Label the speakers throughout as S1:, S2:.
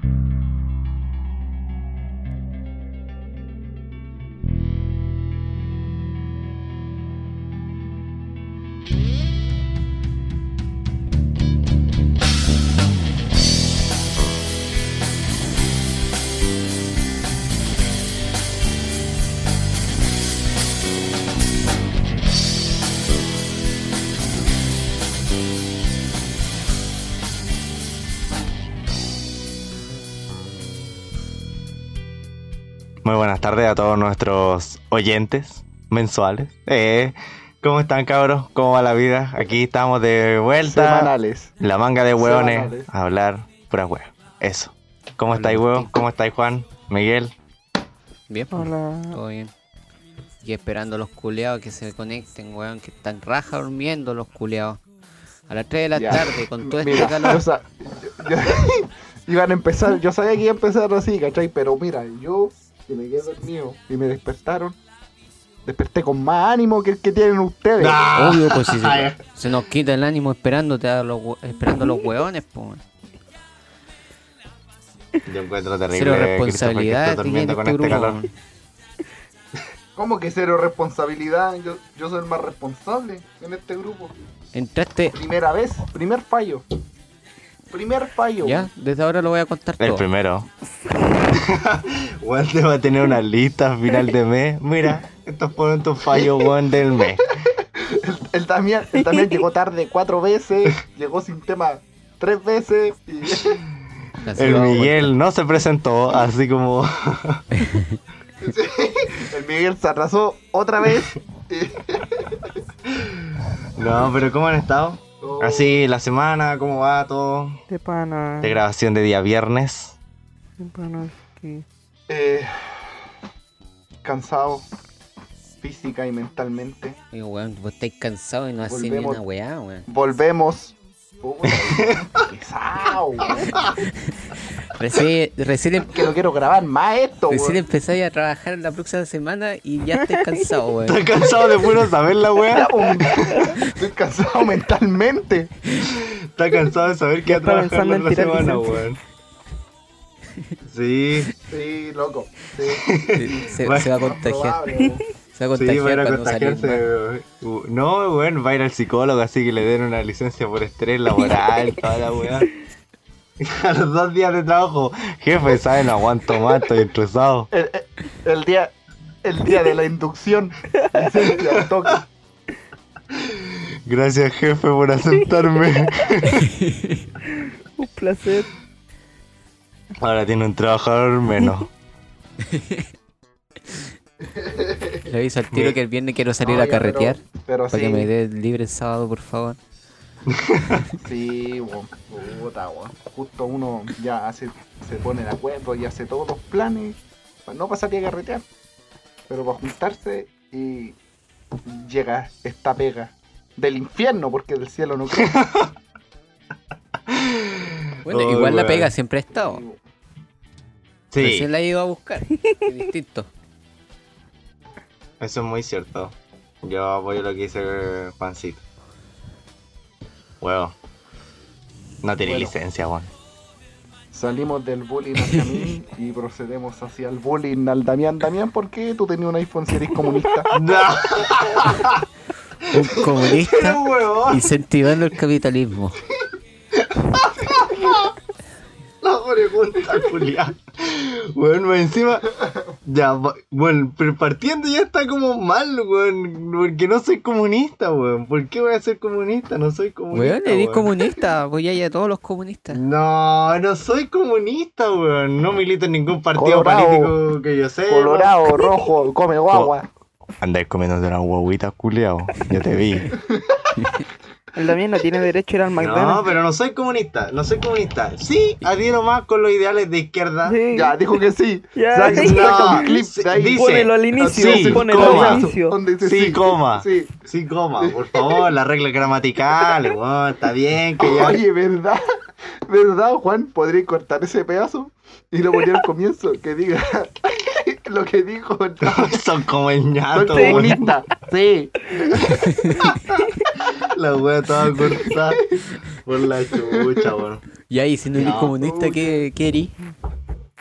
S1: Muy buenas tardes a todos nuestros oyentes mensuales. ¿Cómo están, cabros? ¿Cómo va la vida? Aquí estamos de vuelta.
S2: Semanales.
S1: La manga de hueones
S2: Semanales.
S1: a hablar pura hueá. Eso. ¿Cómo estáis, huevos? ¿Cómo estáis, Juan? Miguel.
S3: Bien, pues,
S4: Hola.
S3: todo bien. Y esperando a los culeados que se conecten, weón, que están raja durmiendo los culeados. A las 3 de la
S2: Ya.
S3: tarde, con todo este
S2: Mira,
S3: calor.
S2: yo- iban a empezar, yo sabía que iba a empezar así, ¿cachai? Pero mira, yo que me quedé dormido y me despertaron, desperté con más ánimo que el que tienen ustedes.
S3: Obvio, pues si se nos quita el ánimo esperándote esperando a los hueones, pues.
S1: Yo encuentro terrible.
S3: Cero
S1: Christopher,
S3: responsabilidad
S1: que estés durmiendo
S3: tiene
S1: con
S3: este
S1: este
S3: grupo,
S1: calor.
S3: weón.
S2: ¿Cómo que cero responsabilidad? Yo soy el más responsable en este grupo.
S3: Entraste,
S2: Primera vez, primer fallo. Primer fallo.
S3: ya, desde ahora lo voy a contar
S1: El
S3: todo.
S1: primero. Juan te va a tener una lista a final de mes. Mira, estos fueron tus fallos, Juan, del mes.
S2: El Damián llegó tarde 4 veces, llegó sin tema 3 veces y
S3: Así
S1: El
S3: lo vamos a
S1: Miguel no se presentó, así como...
S2: el Miguel se atrasó otra vez.
S1: No, pero ¿cómo han estado? Así, la semana, ¿cómo va todo?
S4: De pana.
S1: De grabación de día viernes.
S4: De pana, que...
S2: Cansado física y mentalmente.
S3: contar. Digo, weón, vos estáis cansados y no hacéis ni
S2: Volvemos.
S3: una weá, weón.
S2: Volvemos. Puta, pesado, weón.
S3: Recién
S2: Que no quiero grabar más esto,
S3: Recién
S2: weón.
S3: empezáis a trabajar en la próxima semana y ya estáis cansado, weón.
S1: ¿Estás cansado de puro saber la
S2: Ya,
S1: wea?
S2: weón. Estoy cansado mentalmente.
S1: ¿Estás cansado de saber que
S4: Ya
S1: a
S4: está
S1: trabajar
S4: pensando
S1: la
S4: en
S1: otra
S4: tirar
S1: semana,
S4: licencia.
S1: weón? Sí,
S2: Sí, loco. Sí.
S3: Se
S1: Bueno,
S3: va a contagiar.
S2: Probable, weón.
S3: Se va a
S1: sí,
S3: contagiar
S1: va a ir a
S3: para no salir más.
S1: contagiarse. No, weón, va a ir al psicólogo, así que le den una licencia por estrés laboral, toda la weá. A los 2 días de trabajo, jefe, ¿sabes? No aguanto más, estoy estresado.
S2: El día de la inducción. Licencia al toque.
S1: Gracias, jefe, por aceptarme.
S4: Un placer.
S1: Ahora tiene un trabajador menos.
S3: Le aviso al tiro que el viernes quiero salir
S2: No,
S3: a
S2: ya,
S3: carretear.
S2: Pero
S3: Para
S2: sí.
S3: que me dé libre el sábado, por favor.
S2: Sí, weón. Puta, weón. Justo uno ya se pone de acuerdo y hace todos los planes. No para salir a carretear, pero para juntarse y llega esta pega del infierno, porque del cielo no creo.
S3: Bueno,
S1: Oh,
S3: igual la
S1: weón.
S3: pega siempre ha estado.
S1: Sí,
S3: Recién la he ido a buscar. Es distinto.
S1: eso es muy cierto. Yo apoyo lo que dice Juancito. Huevo. No tiene
S2: Bueno.
S1: licencia, weón.
S2: Salimos del bullying hacia mí y procedemos hacia el bullying al Damián. Damián, ¿por qué tú tenías un iPhone si eres comunista?
S1: ¡No!
S3: Un comunista
S1: huevón!
S3: incentivando el capitalismo.
S1: La pregunta, Julián. Bueno, encima. Ya, bueno, pero partiendo ya está como mal, weón. Porque no soy comunista, weón. ¿Por qué voy a ser comunista? No soy comunista.
S3: Weón, eres
S1: weón.
S3: comunista. Voy a ir a todos los comunistas.
S1: No, no soy comunista, weón. No milito en ningún partido
S2: Colorado.
S1: político que yo sé.
S2: Colorado, rojo, come guagua.
S1: Andáis comiendo de una guaguita, culiao. Ya te vi.
S4: El Damián no tiene derecho a ir al McDonald's.
S1: No, pero no soy comunista. No soy comunista. Sí, adhiero más con los ideales de izquierda.
S4: Sí.
S2: Ya, dijo que sí.
S4: Ya.
S2: Saca
S1: No,
S2: un clip de ahí.
S1: dice-
S4: Ponelo al inicio.
S1: sí,
S4: Ponelo
S1: coma.
S4: al inicio.
S2: Donde dice
S1: Sí, coma.
S2: Sí.
S1: Sí, coma, por favor, la regla gramatical, weón, está bien que ya...
S2: Oye, ¿verdad? ¿Verdad, Juan? ¿Podría cortar ese pedazo? Y lo ponía al comienzo, que diga lo que dijo. No,
S1: Son como el
S2: soy
S1: ñato, weón.
S2: comunista. Sí.
S1: La wea toda cortada por la chucha, weón.
S3: Y ahí, si no eres
S2: No,
S3: comunista,
S2: pucha.
S3: ¿qué eres?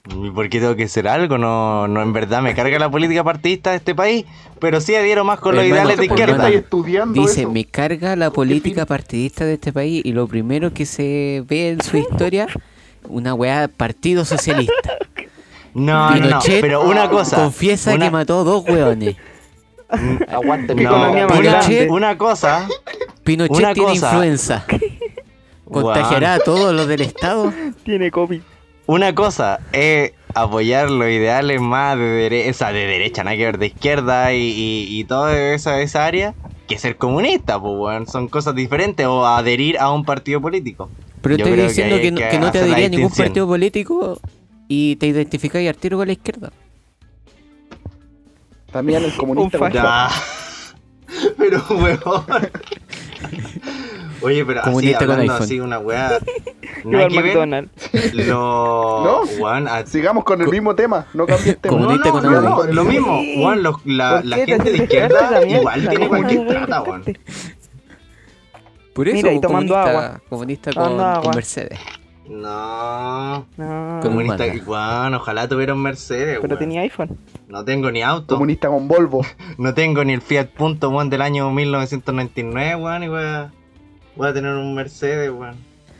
S1: ¿Y por qué tengo que hacer algo? No, en verdad me carga la política partidista de este país, pero sí adhiero más con los
S3: Hermano,
S1: ideales de
S2: ¿Por qué
S1: izquierda.
S2: estáis estudiando
S3: Dice,
S2: eso?
S3: me carga la política partidista de este país y lo primero que se ve en su historia, una weá Partido Socialista.
S1: No,
S3: Pinochet
S1: pero una cosa.
S3: Confiesa que mató 2 weones.
S2: Aguante
S4: Qué
S2: mi
S4: economía más grande.
S1: una cosa.
S3: Pinochet
S1: Una
S3: tiene
S1: cosa.
S3: influenza. ¿Contagiará a todos los del Estado?
S4: Tiene COVID.
S1: Una cosa es apoyar los ideales más de derecha, nada que ver, de izquierda y toda esa área, que ser comunista, pues weón, son cosas diferentes, o adherir a un partido político.
S3: Pero
S1: Yo
S3: estoy
S1: creo
S3: diciendo
S1: ahí
S3: que,
S1: hay
S3: que no te
S1: hacer la
S3: adhería a ningún
S1: distinción.
S3: partido político y te identificáis al tiro con la izquierda.
S2: También el comunista.
S4: Un facho.
S1: Ya. Pero weón. Oye, pero así,
S3: Comunista con
S1: hablando
S3: iPhone.
S1: así, una weá.
S4: Iba
S1: Nada
S4: al
S1: que ver.
S4: McDonald's.
S2: ¿No?
S1: Weón,
S2: Sigamos con el mismo tema, no cambies tema.
S3: Comunista con
S1: no,
S3: iPhone.
S1: lo mismo, weón, la
S4: ¿Por qué te
S1: gente de
S4: haces
S1: izquierda
S4: descarte también?
S1: igual
S4: La
S1: tiene
S4: cosa
S1: cualquier
S4: no es
S1: plata, weón.
S4: descarte.
S3: Por eso,
S4: Mira, y tomando
S3: comunista,
S4: agua.
S3: comunista
S4: Tomando
S3: con
S4: agua.
S3: Mercedes.
S1: No,
S4: No,
S3: Con un
S1: comunista,
S3: manga.
S1: weón, ojalá tuviera un Mercedes,
S4: pero
S1: weón.
S4: tenía iPhone.
S1: No tengo ni auto,
S2: Comunista con Volvo.
S1: no tengo ni el Fiat Punto, weón, del año 1999, weón, y voy a tener un Mercedes, weón.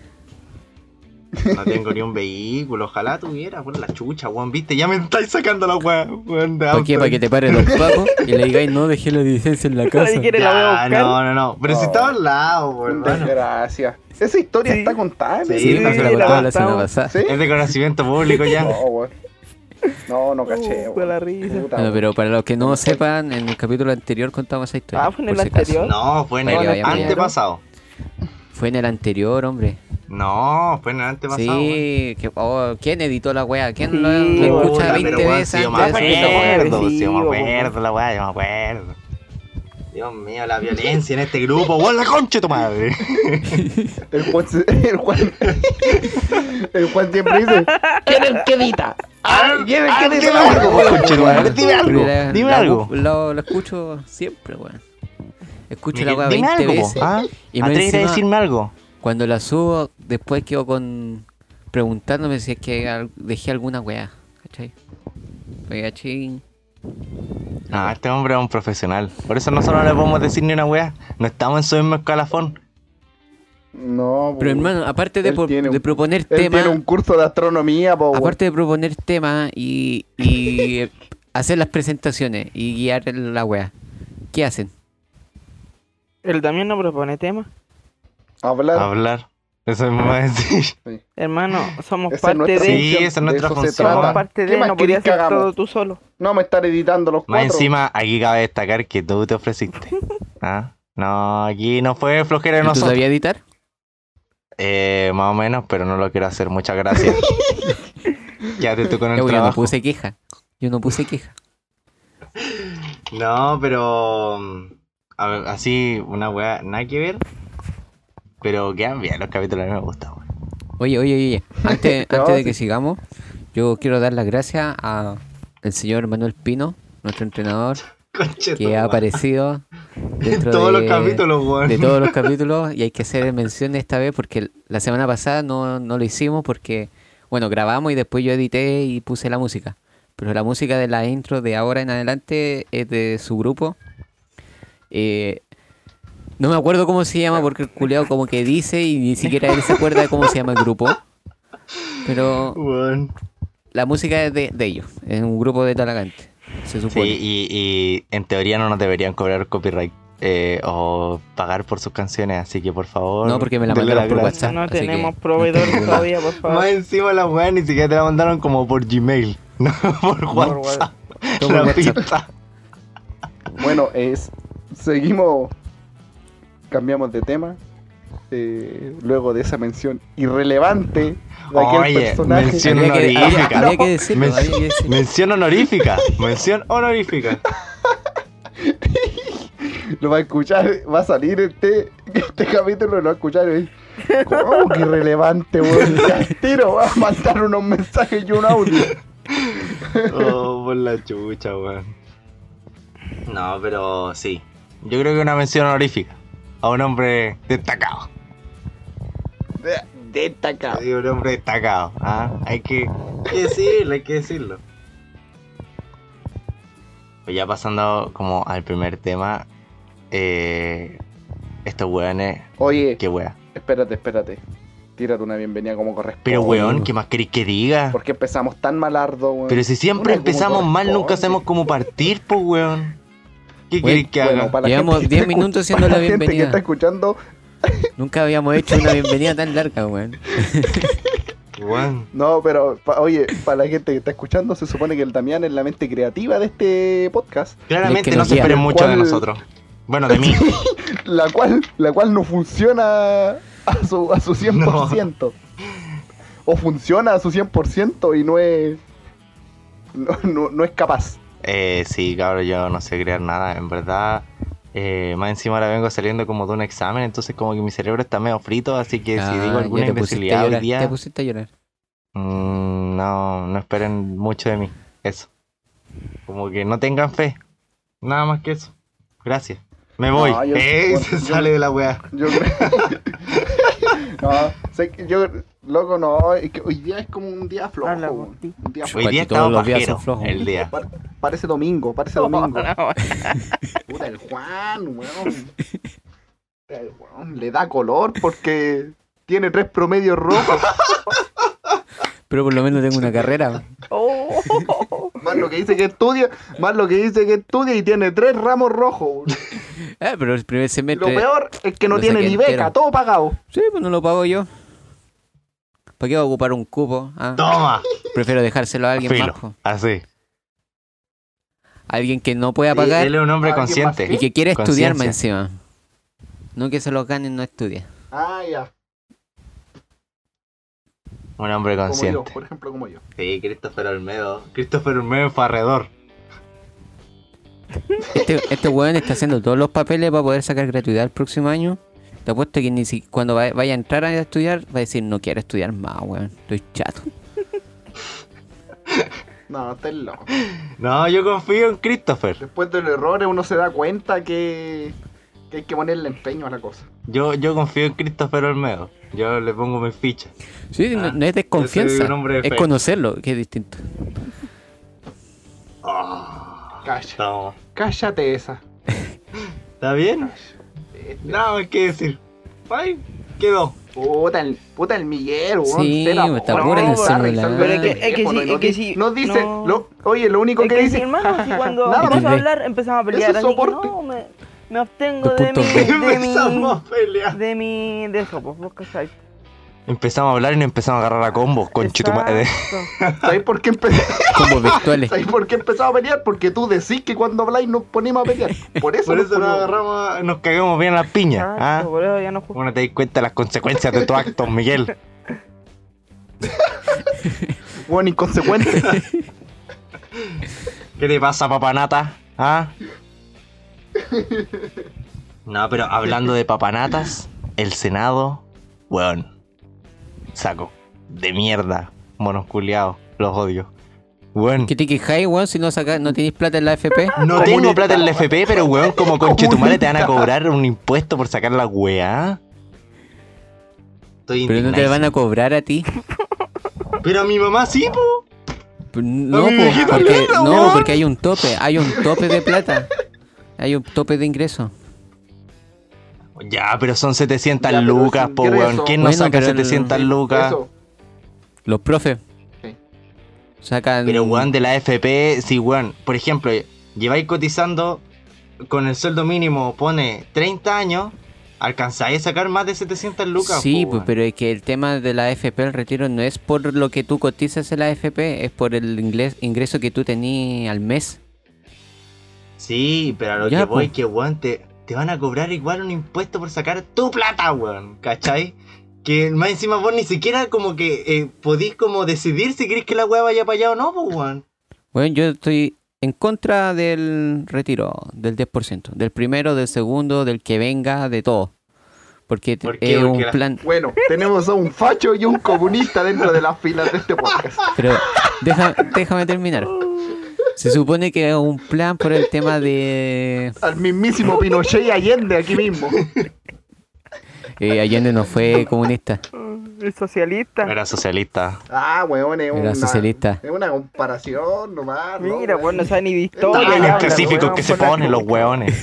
S1: No tengo ni un vehículo, ojalá tuviera, por la chucha, weón, viste, ya me estáis sacando la weón de auto.
S3: ¿Para qué? ¿Para que te paren los pacos y le digáis no dejé la licencia en la casa?
S4: Nadie quiere la voy a
S1: Ya,
S4: buscar.
S1: no, pero si
S2: No.
S1: estaba al lado, weón, hermano.
S2: Desgracia. Esa historia
S4: Sí.
S2: está contada.
S1: Sí,
S3: Sí, no se la
S4: la
S3: contaba la semana
S4: contamos.
S3: pasada.
S2: ¿Sí?
S1: Es de conocimiento público ya.
S2: No, weón. No caché,
S4: Fue
S2: weón.
S4: la risa.
S2: Puta,
S3: Bueno,
S2: weón.
S3: pero para los que no sepan, en el capítulo anterior contamos esa historia.
S4: Ah, fue en
S3: por
S4: el
S3: si acaso.
S4: anterior.
S1: No, fue en
S3: Para
S1: el
S3: que vayan
S1: antepasado.
S3: Fue en el anterior, hombre.
S1: No, fue en el antepasado. weón.
S3: Sí, ¿quién editó la weá? ¿Quién
S4: Sí,
S3: lo
S4: puta,
S3: escucha
S1: Puta,
S3: 20
S1: pero weón,
S3: veces
S1: si yo me
S3: antes de subir la weá?
S1: acuerdo, si yo me
S4: Agresivo,
S1: acuerdo la weá, yo me acuerdo. Dios mío, la violencia en este grupo, weón, la concha de tu madre.
S2: El Juan, el Juan siempre dice, ¿quién es el que edita? ¿Quién es el que
S1: dime
S2: edita?
S1: algo, weón, concha de tu madre, dime algo,
S3: Pero
S1: dime algo.
S3: Lo escucho siempre, weón. Escucho la
S1: Miguel,
S3: weá
S1: dime
S3: 20
S1: algo,
S3: veces.
S1: ¿ah?
S3: Y más
S1: Atrévete a
S3: encima,
S1: decirme algo.
S3: cuando la subo, después quedo con preguntándome si es que dejé alguna weá. ¿Cachai? Oiga, ching.
S1: No, este hombre es un profesional. Por eso nosotros no le podemos decir ni una weá. No estamos en su mismo escalafón.
S2: No,
S3: Pero
S2: weón.
S3: hermano, aparte de,
S2: Él tiene
S3: de
S2: un-
S3: proponer
S2: Él tiene
S3: temas,
S2: un curso de astronomía, po, weón.
S3: aparte de proponer temas y hacer las presentaciones y guiar la wea, ¿qué hacen?
S4: Él también no propone tema.
S2: Hablar.
S1: Hablar. Eso me va a decir.
S4: Hermano, somos
S2: Esa es
S4: parte
S2: nuestra
S4: de.
S1: Sí,
S2: función,
S1: esa es nuestra
S2: de eso se
S1: función.
S4: Somos
S2: trata.
S4: parte
S2: ¿Qué
S4: de.
S2: más
S4: No podías
S2: querés que
S4: hacer todo
S2: hagamos?
S4: tú solo.
S2: No me estar editando los
S1: Más
S2: cuatro.
S1: encima, aquí cabe destacar que tú te ofreciste. ¿Ah? No, aquí no fue flojera de
S3: ¿Tú
S1: nosotros.
S3: sabías editar?
S1: Más o menos, pero no lo quiero hacer. Muchas gracias. Quédate tú con el
S3: Yo no
S1: trabajo.
S3: puse queja. Yo no puse queja.
S1: No, pero... a ver, así, una weá, nada que ver. Pero quedan bien los capítulos, a mí me gustan, weón.
S3: Oye. Antes
S2: No,
S3: de
S2: sí.
S3: que sigamos, yo quiero dar las gracias a el señor Manuel Pino, nuestro entrenador,
S1: Conche tu
S3: que ha
S1: madre.
S3: aparecido dentro
S1: Todos
S3: de,
S1: los capítulos, weón.
S3: de todos los capítulos, y hay que hacer mención esta vez porque la semana pasada no lo hicimos porque, bueno, grabamos y después yo edité y puse la música. Pero la música de la intro de ahora en adelante es de su grupo. No me acuerdo cómo se llama porque el culeado como que dice y ni siquiera él se acuerda de cómo se llama el grupo. Pero
S1: Weón.
S3: la música es de ellos, es un grupo de Talagante, se
S1: Sí,
S3: supone.
S1: y en teoría no nos deberían cobrar copyright o pagar por sus canciones, así que por favor.
S3: No, porque me la
S1: denle
S3: mandaron por
S1: gracias.
S3: WhatsApp.
S4: No
S3: así que
S4: tenemos
S3: no
S4: proveedor
S3: tengo
S4: todavía, por
S1: Más
S4: favor.
S1: encima la weá ni siquiera te la mandaron como por Gmail, no por WhatsApp.
S3: Todo por
S1: La
S3: WhatsApp.
S1: pista.
S2: Bueno, seguimos, cambiamos de tema. Luego de esa mención irrelevante de aquel
S1: Oye,
S2: personaje.
S1: mención
S3: Había que-
S1: honorífica.
S3: había que decirlo,
S1: Men-
S3: había que decirlo.
S1: Mención honorífica. Mención honorífica.
S2: Lo va a escuchar, va a salir este capítulo, lo va a escuchar y ¿cómo que irrelevante, weón? Y al tiro va a mandar unos mensajes y un audio.
S1: Oh, por la chucha, weón. No, pero sí. Yo creo que una mención honorífica a un hombre destacado.
S2: Destacado.
S1: Soy un hombre destacado. Hay que decirlo. Pues ya pasando como al primer tema, estos weones,
S2: Oye,
S1: qué wea.
S2: espérate. Tírate una bienvenida como corresponde.
S1: Pero weón, ¿qué más queréis que diga?
S2: ¿Por qué empezamos tan malardo, weón?
S1: Pero si siempre
S2: Una como
S1: empezamos mal, nunca
S2: corresponde.
S1: sabemos cómo partir, pues weón. ¿Qué
S3: Bueno,
S1: queréis que haga?
S2: para la
S3: Llevamos
S2: gente que
S3: 10
S2: está
S3: minutos
S2: escuch-
S3: haciendo
S2: para
S3: la
S2: gente que
S3: bienvenida.
S2: está escuchando,
S3: Nunca habíamos hecho una bienvenida tan larga, weón.
S1: Weón.
S2: no, pero oye, para la gente que está escuchando, se supone que el Damián es la mente creativa de este podcast,
S1: Claramente
S3: que
S1: no
S3: nos
S1: se
S3: guía.
S1: esperen mucho de
S2: ¿Cuál?
S1: nosotros. Bueno, de mí.
S2: la cual no funciona a su 100%. O funciona a su 100% y no es no es capaz.
S1: Sí, cabrón, yo no sé crear nada. En verdad, más encima ahora vengo saliendo como de un examen, entonces como que mi cerebro está medio frito, así que si digo
S3: Ah,
S1: alguna
S3: ya te pusiste a
S1: imbecilidad hoy
S3: llorar.
S1: día,
S3: Te pusiste a llorar.
S1: no esperen mucho de mí. Eso. Como que no tengan fe. Nada más que eso. Gracias. Me voy.
S2: No, yo-
S1: Se
S2: yo-
S1: sale de la weá.
S2: Yo creo. No, sé que yo, loco, no, es que hoy día es como un día flojo.
S4: Habla por
S2: weón.
S4: ti.
S2: Un día
S1: Hoy
S2: flojo.
S1: día
S3: todos
S1: estaba
S3: los días
S1: pajero.
S3: son flojos.
S1: El día.
S2: Parece domingo. Puta, el Juan, weón. El weón le da color porque tiene 3 promedios rojos.
S3: Pero por lo menos tengo una carrera.
S4: Oh.
S2: Más lo que dice que estudia y tiene 3 ramos rojos. weón.
S3: Pero el primer
S2: Y
S3: semestre.
S2: lo peor es que no
S3: lo
S2: tiene
S3: saqué
S2: ni beca,
S3: entero.
S2: todo pagado.
S3: Sí, pues no lo pago yo. ¿Para qué va a ocupar un cupo?
S1: Toma.
S3: Prefiero dejárselo a alguien
S1: Filo.
S3: más. Po.
S1: Así.
S3: Alguien que no pueda
S1: Sí,
S3: pagar
S1: él es un hombre
S2: ¿Alguien
S1: consciente.
S2: más
S3: y que quiere estudiar más
S1: Conciencia.
S3: encima. No que se lo ganen, no estudia.
S2: Ah, ya.
S1: Un hombre
S2: Como yo,
S1: consciente.
S2: por ejemplo, como yo.
S1: Sí, Christopher Olmedo. Christopher Olmedo farredor.
S3: Este weón está haciendo todos los papeles para poder sacar gratuidad el próximo año. Te apuesto que ni si, cuando vaya a entrar a estudiar, va a decir no quiero estudiar más, weón. Estoy chato.
S2: No, estás loco.
S1: No, yo confío en Christopher.
S2: Después del error uno se da cuenta que hay que ponerle empeño a la cosa.
S1: Yo confío en Christopher Olmedo. Yo le pongo mi ficha.
S3: Sí, no es
S1: yo
S3: desconfianza.
S1: soy un hombre de
S3: Es
S1: fe.
S3: conocerlo, que es distinto.
S2: Calla.
S1: Toma.
S2: Cállate esa.
S1: ¿Está bien? Nada más que decir. Ay, quedó.
S2: Puta el Miguel, weón.
S3: Sí,
S2: Cera,
S3: está
S2: weón,
S3: pura en el
S2: está
S3: celular.
S2: revisando
S4: Pero
S2: el
S4: es que
S2: teléfono
S4: sí,
S2: y
S4: es que sí,
S2: Nos dice,
S4: no.
S2: oye, lo único
S4: Es
S2: que
S4: que
S2: dice.
S4: sí, hermano, si cuando
S2: Nada
S4: empezamos
S3: más.
S4: a hablar, empezamos a pelear.
S2: Eso es
S4: Así que
S2: soporte.
S4: no, me abstengo
S3: Tu
S4: de
S3: punto
S4: mi,
S3: B.
S1: Empezamos a pelear.
S4: de eso, pues vos cacháis.
S1: Empezamos a hablar y nos empezamos a agarrar a combos con madre.
S4: Exacto.
S2: ¿Sabéis por qué empezamos?
S3: Combos virtuales.
S2: ¿Sabéis por qué empezamos a pelear? Porque tú decís que cuando habláis nos ponemos a pelear. Por eso
S1: Por eso nos
S2: ponemos-
S1: agarramos, nos cagamos bien las piñas.
S4: Exacto, por eso ya no juego.
S1: ¿Cómo no te das cuenta de las consecuencias de tus actos, Miguel?
S2: Bueno, inconsecuente.
S1: ¿Qué te pasa, papanata? No, pero hablando de papanatas, el Senado, weón, saco de mierda, monos culiados, los odio. Weón,
S3: ¿Qué te quejáis, weón, si no tenéis plata en la FP?
S1: no tengo plata en la FP, pero weón, como conchetumare te van a cobrar un impuesto por sacar la weá. Estoy
S3: Pero no te
S1: indignadísimo.
S3: van a cobrar a ti.
S1: Pero a mi mamá sí, po.
S3: No,
S1: A mi viejita
S3: porque,
S1: mierda,
S3: no,
S1: weón.
S3: porque hay un tope de plata. Hay un tope de ingreso.
S1: Ya, pero son 700
S2: Ya, pero
S1: lucas,
S2: sin
S1: po, weón.
S2: ingreso.
S1: ¿Quién no
S3: Bueno,
S1: saca
S3: pero el-
S1: 700 lucas?
S2: Eso.
S3: Los profes
S2: Sí.
S3: sacan.
S1: Pero weón, de la AFP, sí, weón. Por ejemplo, lleváis cotizando con el sueldo mínimo, pone 30 años, alcanzáis a sacar más de 700 lucas.
S3: Sí,
S1: po,
S3: pues,
S1: weón.
S3: pero es que el tema de la AFP, el retiro, no es por lo que tú cotizas en la AFP, es por el ingreso que tú tenías al mes.
S1: Sí, pero a lo
S3: Ya,
S1: que voy,
S3: po.
S1: que weón, te van a cobrar igual un impuesto por sacar tu plata, weón. ¿Cachai? Que más encima vos ni siquiera como que podís como decidir si querés que la weá vaya para allá o no, pues, weón.
S3: Bueno, yo estoy en contra del retiro, del 10%. Del primero, del segundo, del que venga, de todo. Porque
S1: ¿Por qué?
S3: es
S1: Porque
S3: un
S1: la-
S3: plan...
S2: Bueno, tenemos a un facho y un comunista dentro de las filas de este podcast.
S3: Pero déjame terminar. Se supone que es un plan por el tema de...
S2: Al mismísimo Pinochet y Allende aquí mismo.
S3: Allende no fue comunista.
S4: El socialista.
S1: Era socialista.
S2: Ah, weón,
S3: Era socialista.
S2: es una comparación nomás. ¿no,
S4: Mira,
S2: weón?
S4: weón, no sabe ni de
S2: Está
S4: historia.
S2: bien
S4: le habla,
S1: específicos
S4: weón,
S1: que se
S4: por la
S1: ponen los
S4: chucha.
S1: hueones.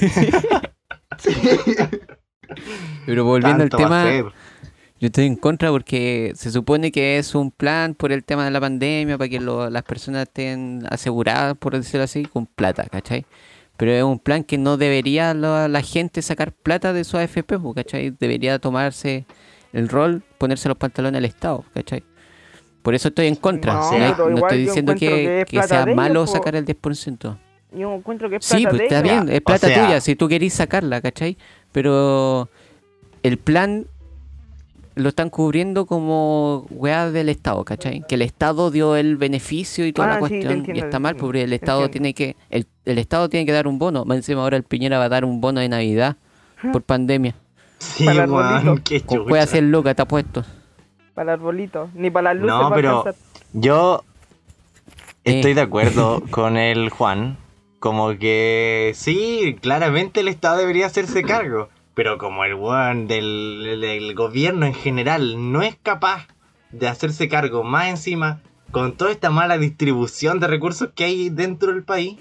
S3: Pero volviendo
S1: Tanto
S3: al
S1: va a
S3: tema,
S1: ser.
S3: yo estoy en contra porque se supone que es un plan por el tema de la pandemia, para que las personas estén aseguradas, por decirlo así, con plata, ¿cachai? Pero es un plan que no debería la gente sacar plata de su AFP, pues, ¿cachai? Debería tomarse el rol, ponerse los pantalones al Estado, ¿cachai? Por eso estoy en contra.
S4: No,
S3: No,
S1: pero
S3: no
S4: igual
S3: estoy
S4: yo
S3: diciendo
S4: encuentro que es
S3: que
S4: plata
S3: sea
S4: de ellos,
S3: malo
S4: po.
S3: sacar el 10%.
S4: Yo encuentro que es plata
S3: Sí, pues
S4: de
S3: está
S4: ellos.
S3: bien, es
S1: O
S3: plata
S1: sea-
S3: tuya si tú querís sacarla, ¿cachai? Pero el plan lo están cubriendo como weá del Estado, ¿cachai? Que el Estado dio el beneficio y toda la
S4: Ah, sí, te
S3: cuestión,
S4: entiendo,
S3: y está
S4: te
S3: mal,
S4: entiendo,
S3: porque el
S4: te
S3: Estado
S4: entiendo.
S3: tiene que, el Estado tiene que dar un bono. Más encima ahora el Piñera va a dar un bono de Navidad por pandemia.
S1: Sí,
S4: Para el
S1: weón,
S4: arbolito.
S1: qué
S3: Con
S1: chucha.
S3: puede hacer loca, te apuesto.
S4: Para el arbolito. Ni para las luces
S1: No,
S4: va a
S1: pero
S4: alcanzar.
S1: yo estoy
S3: Eh.
S1: de acuerdo con el Juan. Como que sí, claramente el Estado debería hacerse cargo. Pero como el weón del gobierno en general no es capaz de hacerse cargo, más encima, con toda esta mala distribución de recursos que hay dentro del país,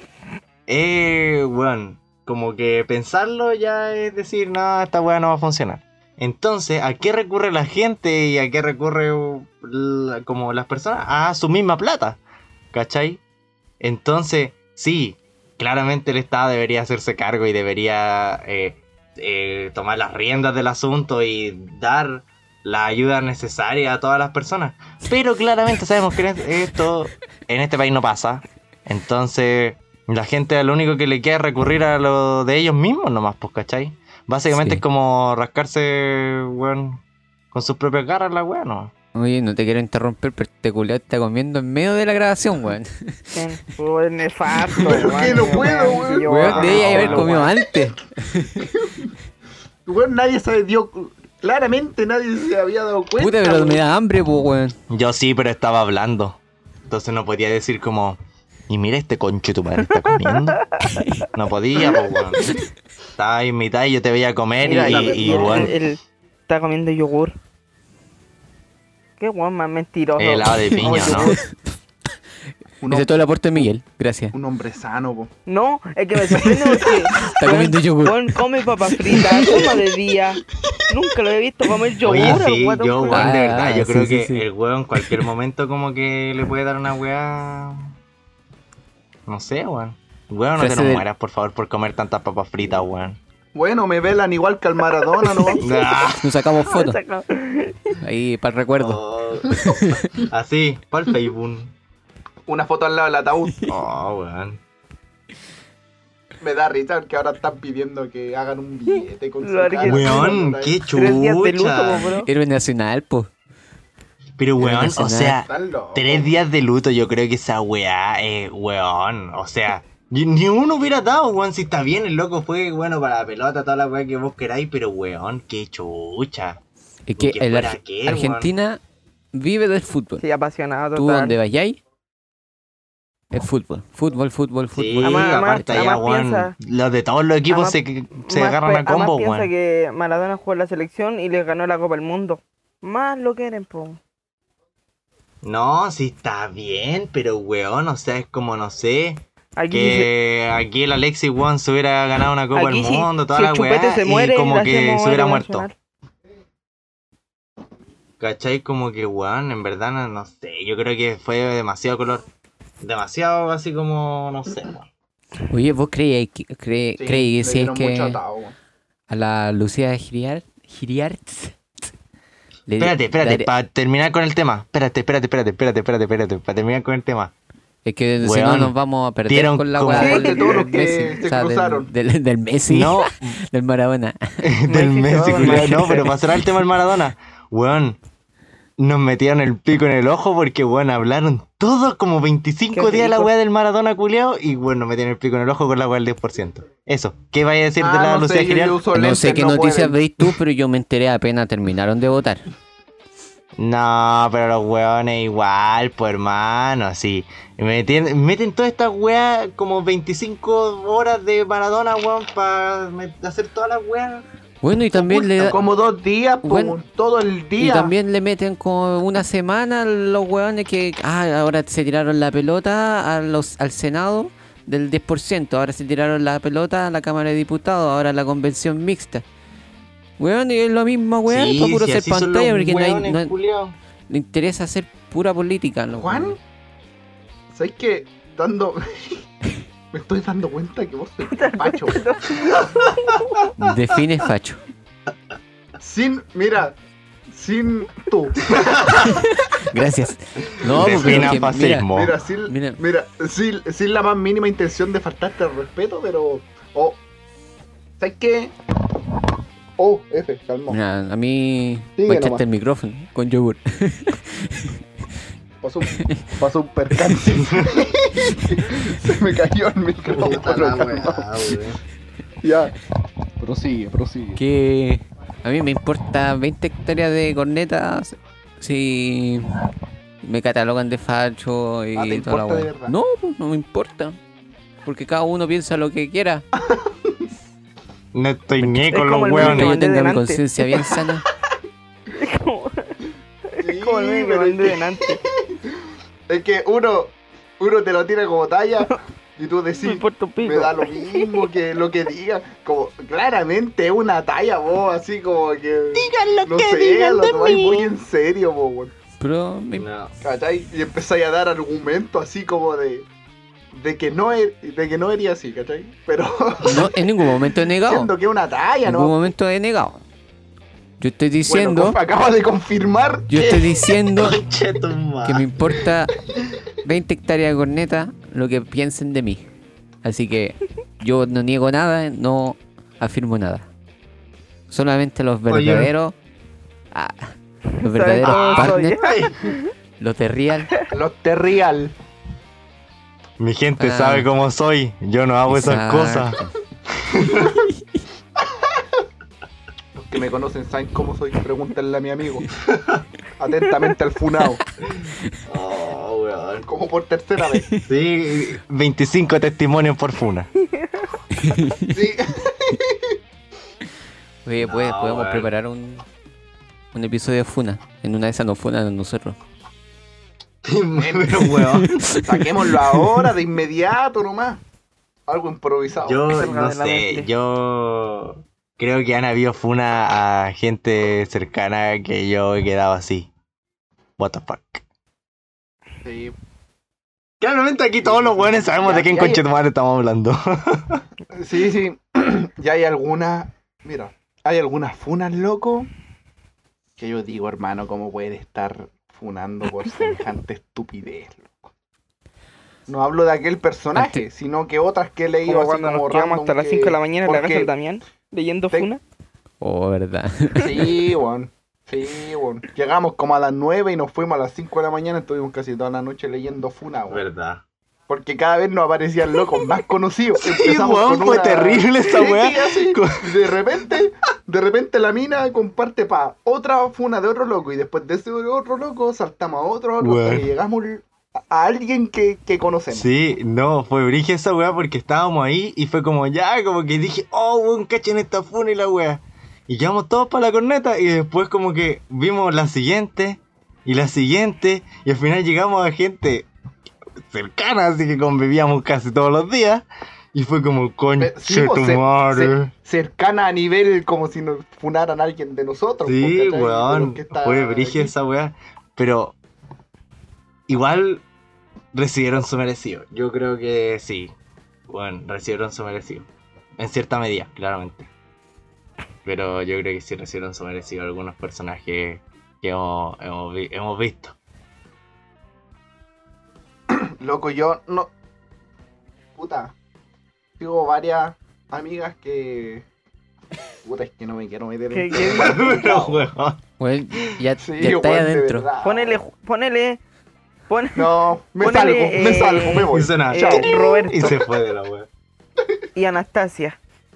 S1: weón, como que pensarlo ya es decir, no, esta weá no va a funcionar. Entonces, ¿a qué recurre la gente y a qué recurre como las personas? A su misma plata, ¿cachai? Entonces, sí, claramente el Estado debería hacerse cargo y debería tomar las riendas del asunto y dar la ayuda necesaria a todas las personas. Pero claramente sabemos que esto en este país no pasa. Entonces, la gente a lo único que le queda es recurrir a lo de ellos mismos nomás, pues, ¿cachai? Básicamente
S3: Sí.
S1: es como rascarse, weón, con sus propias garras la weón, ¿no?
S3: Oye, no te quiero interrumpir, pero este culiao está comiendo en medio de la grabación, weón.
S4: Fue nefasto,
S2: Pero
S4: weón,
S2: que no puedo, weón.
S4: que yo-
S3: Weón, debería haber
S2: no,
S3: comido
S2: weón.
S3: antes.
S2: Weón, nadie se dio. Claramente nadie se había dado cuenta.
S3: Puta, pero
S2: weón.
S3: me da hambre, pues, weón.
S1: Yo sí, pero estaba hablando. Entonces no podía decir como... Y mira este concho tu madre está comiendo. No podía, pues, weón. Estaba ahí en mitad y yo te veía comer
S4: Mira,
S1: y weón,
S4: él está comiendo yogur. Qué weón más mentiroso.
S1: helado de piña, ¿no?
S2: Un,
S3: Ese es todo el aporte de Miguel, gracias.
S2: un hombre sano, po.
S4: No, es que me sorprende porque
S3: Está comiendo yogur.
S4: weón come papas fritas, toma de día. Nunca lo he visto comer yogur.
S1: Oye,
S4: al
S1: sí,
S4: guatón
S1: yo,
S4: culiao.
S1: weón, de verdad, yo
S3: sí,
S1: creo
S3: sí,
S1: que
S3: sí.
S1: el weón en cualquier momento como que le puede dar una weá... No sé, weón. Weón, no te
S3: Frase
S1: nos
S3: del-
S1: mueras, por favor, por comer tantas papas fritas, weón.
S2: Bueno, me velan igual que al Maradona, ¿no?
S1: Ah,
S3: Nos sacamos fotos
S4: Saca-
S3: ahí para el recuerdo.
S1: oh. Así, para el Facebook.
S2: Una foto al lado del ataúd.
S1: Oh, weón.
S2: Me da risa que ahora están pidiendo que hagan un billete con su
S4: Lo
S2: cara.
S4: Argentina.
S1: Weón, qué
S4: 3 días de luto,
S1: chucha.
S4: po, bro.
S3: Héroe nacional, pues.
S1: Pero weón, o sea,
S2: Están locos.
S1: 3 días de luto, yo creo que esa weá, weón, o sea, ni uno hubiera dado, weón, si está bien, el loco fue, bueno, para la pelota, toda la weá que vos queráis, pero weón, qué chucha.
S3: Es que
S1: Ni que
S3: el
S1: fuera qué,
S3: Argentina vive del fútbol.
S4: Sí, apasionado
S3: Tú
S4: total.
S3: donde vayáis, es fútbol. Fútbol, fútbol,
S1: Sí,
S3: fútbol.
S1: aparte allá,
S4: además
S1: weón,
S4: piensa-
S1: los de todos los equipos
S4: además-
S1: se
S4: Más
S1: agarran a
S4: además
S1: combo,
S4: piensa
S1: weón.
S4: que Maradona jugó en la selección y les ganó la Copa del Mundo. Más lo quieren, po.
S1: No, sí está bien, pero weón, o sea, es como, no sé,
S4: Aquí dice,
S1: que aquí el Alexis, weón, se hubiera ganado una Copa
S4: aquí
S1: del
S4: si,
S1: Mundo, toda
S4: si
S1: la
S4: el chupete
S1: weá,
S4: se muere
S1: y como
S4: le
S1: que
S4: hacemos
S1: se hubiera
S4: héroe
S1: muerto.
S4: nacional.
S1: ¿Cachai? Como que, weón, en verdad, no sé, yo creo que fue demasiado color, demasiado así como, no sé, weón.
S3: Oye, ¿vos creí
S2: Sí,
S3: que
S2: le
S3: si es
S2: dieron
S3: que
S2: mucho atado, weón.
S3: a la Lucía Giriarts le
S1: Espérate,
S3: daré-
S1: para terminar con el tema, espérate, para terminar con el tema.
S3: es que si no
S1: Weón,
S3: nos vamos a perder
S1: dieron
S3: con la
S1: como-
S3: weá
S1: Sí,
S3: del,
S2: que todos los
S3: del
S2: que
S3: Messi,
S2: se cruzaron.
S3: del Messi,
S1: No,
S3: del Maradona.
S1: del
S4: Messi se
S1: Messi,
S4: va,
S1: culiao,
S4: Messi.
S1: no, pero para cerrar el tema del Maradona, weón, nos metieron el pico en el ojo porque, weón, hablaron todos como 25
S4: Qué
S1: días la
S4: rico.
S1: weá del Maradona, culiao, y, weón, nos metieron el pico en el ojo con la weá del 10%. Eso, ¿qué vaya a decir de la
S2: no
S1: Lucía
S2: sé, yo
S1: Giriar?
S2: uso
S3: No
S2: lentes,
S3: sé qué
S2: no
S3: noticias
S2: pueden.
S3: veis tú, pero yo me enteré apenas terminaron de votar.
S1: No, pero los weones igual, pues hermano, así. Meten todas estas weas como 25 horas de Maradona, weón, para hacer todas las weas
S3: Bueno, y también le da...
S2: Como 2 días, po,
S3: Bueno,
S2: todo el día.
S3: Y también le meten como una semana a los hueones que ahora se tiraron la pelota al Senado del 10%, ahora se tiraron la pelota a la Cámara de Diputados, ahora a la convención mixta. Weón, y es lo mismo, weón,
S1: Sí,
S3: para puro
S1: si
S3: ser
S1: así son
S3: pantalla,
S1: los
S3: porque
S1: hueones,
S3: no
S1: culiao.
S3: le interesa hacer pura política, ¿no?
S2: Juan, ¿sabes qué? Me estoy dando cuenta que vos sois facho.
S3: Define facho.
S2: Sin tú.
S3: Gracias. No, pues,
S1: Defina
S3: pero que,
S1: fascismo.
S3: Mira.
S2: Sin la más mínima intención de faltarte al respeto, pero... ¿sabes qué? Calma.
S3: mira, a mí
S2: Sigue
S3: voy a echarte
S2: nomás.
S3: el micrófono con yogur.
S2: Pasó un percance. Se me cayó el micrófono.
S1: Puta la
S2: calma.
S1: weá, weón.
S2: Ya. Prosigue.
S3: Que a mí me importa 20 hectáreas de cornetas si me catalogan de facho y
S2: ¿te
S3: toda la
S2: importa de
S3: wea.
S2: verdad?
S3: No, pues no me importa. Porque cada uno piensa lo que quiera.
S1: No estoy ni
S4: Es
S1: con
S4: como
S1: los
S4: el
S3: Mientras
S4: meme
S3: yo
S1: hueones.
S4: de
S3: tenga mi
S4: delante.
S3: conciencia bien sana.
S4: Es como el meme que
S2: pero
S4: mandé delante.
S2: es que uno te lo tira como talla y tú
S4: Me
S2: decís,
S4: importa un pico.
S2: me da lo mismo que lo que diga. Como, claramente es una talla, vos, así como que...
S4: Digan lo
S2: no
S4: que
S2: sé,
S4: digan
S2: lo
S4: de
S2: tomáis
S4: mí.
S2: muy en serio, vos, weón.
S3: Pero
S1: No.
S2: ¿Cachai? Y empezáis a dar argumentos así como de que no eres así, ¿cachai? Pero
S3: no, en ningún momento he negado.
S2: siendo que es una talla,
S3: En ningún
S2: ¿no?
S3: momento he negado. Yo estoy
S2: Bueno,
S3: diciendo,
S2: acaba de confirmar
S3: yo
S2: que
S3: estoy diciendo
S1: Conche tu madre.
S3: que me importa 20 hectáreas de corneta lo que piensen de mí. Así que yo no niego nada, no afirmo nada. Solamente los
S1: Oye.
S3: verdaderos, los
S4: ¿Sabes
S3: verdaderos
S4: cómo soy?
S3: partners, los de real.
S2: los Terrial.
S1: Mi gente
S3: Ah.
S1: sabe cómo soy. Yo no hago esas cosas.
S3: Exacto.
S2: Los que me conocen saben cómo soy. Pregúntenle a mi amigo. Atentamente al funao.
S1: Oh, weón.
S2: Como por tercera vez.
S1: Sí, 25 testimonios por funa.
S2: Sí.
S3: Oye,
S1: No,
S3: podemos
S1: weón.
S3: preparar un episodio de Funa. En una de esas nos funan a nosotros.
S1: Pero, weón.
S2: Saquémoslo ahora, de inmediato nomás. Algo improvisado.
S1: Yo
S4: Salga
S1: no
S4: de la
S1: sé,
S4: mente.
S1: yo creo que han habido funa a gente cercana que yo he quedado así. What the fuck.
S2: Sí.
S1: Claramente aquí todos los weones sabemos de quién
S2: Ya,
S1: conche tu madre estamos hablando.
S2: Sí. Ya hay algunas. Mira, hay algunas funas, loco. Que yo digo, hermano, ¿cómo puede estar funando por semejante estupidez, loco? No hablo de aquel personaje, sino que otras que he leído
S4: Como
S2: así
S4: cuando
S2: como
S4: nos quedamos
S2: random
S4: hasta las
S2: que-
S4: 5 de la mañana en la casa
S2: porque-
S4: del Damián, leyendo
S2: Te-
S4: Funa.
S3: Oh, verdad.
S2: Sí, weón. Sí, weón. Llegamos como a las 9 y nos fuimos a las 5 de la mañana. Estuvimos casi toda la noche leyendo Funa, weón.
S1: Verdad.
S2: Porque cada vez nos aparecían locos más conocidos.
S1: Sí,
S2: Empezamos
S1: weón,
S2: con
S1: fue
S2: una-
S1: terrible esa
S2: Sí,
S1: weá.
S2: sí, así. De repente la mina comparte pa otra funa de otro loco. Y después de ese otro loco saltamos a otro hasta
S1: Weón.
S2: que llegamos a alguien que conocemos.
S1: Sí, no, fue brígida esa weá porque estábamos ahí y fue como ya, como que dije, oh, weón, cachen esta funa y la weá. Y quedamos todos para la corneta y después como que vimos la siguiente y la siguiente y al final llegamos a gente cercana, así que convivíamos casi todos los días y fue como, conche
S2: Sí,
S1: tu madre.
S2: cercana a nivel como si nos funaran a alguien de nosotros.
S1: Sí,
S2: ¿cachai? De los
S1: weón,
S2: que está
S1: fue brígida
S2: aquí.
S1: esa weá, pero igual recibieron su merecido. Yo creo que sí, bueno, recibieron su merecido. En cierta medida, claramente. Pero yo creo que sí recibieron su merecido algunos personajes que hemos visto.
S2: Loco, yo no. Puta. Tengo varias amigas que. Puta, es que no me quiero meter
S4: ¿Qué-
S2: en.
S4: qué?
S1: Pero, weón,
S3: Bueno, ya
S2: Sí,
S3: está ahí
S2: weón, de
S3: adentro.
S2: verdad.
S4: Ponele.
S2: No, me
S4: Ponele,
S2: salgo, me voy.
S1: hizo nada.
S2: Chao.
S4: Roberto
S1: Y se fue de la weá.
S4: y Anastasia.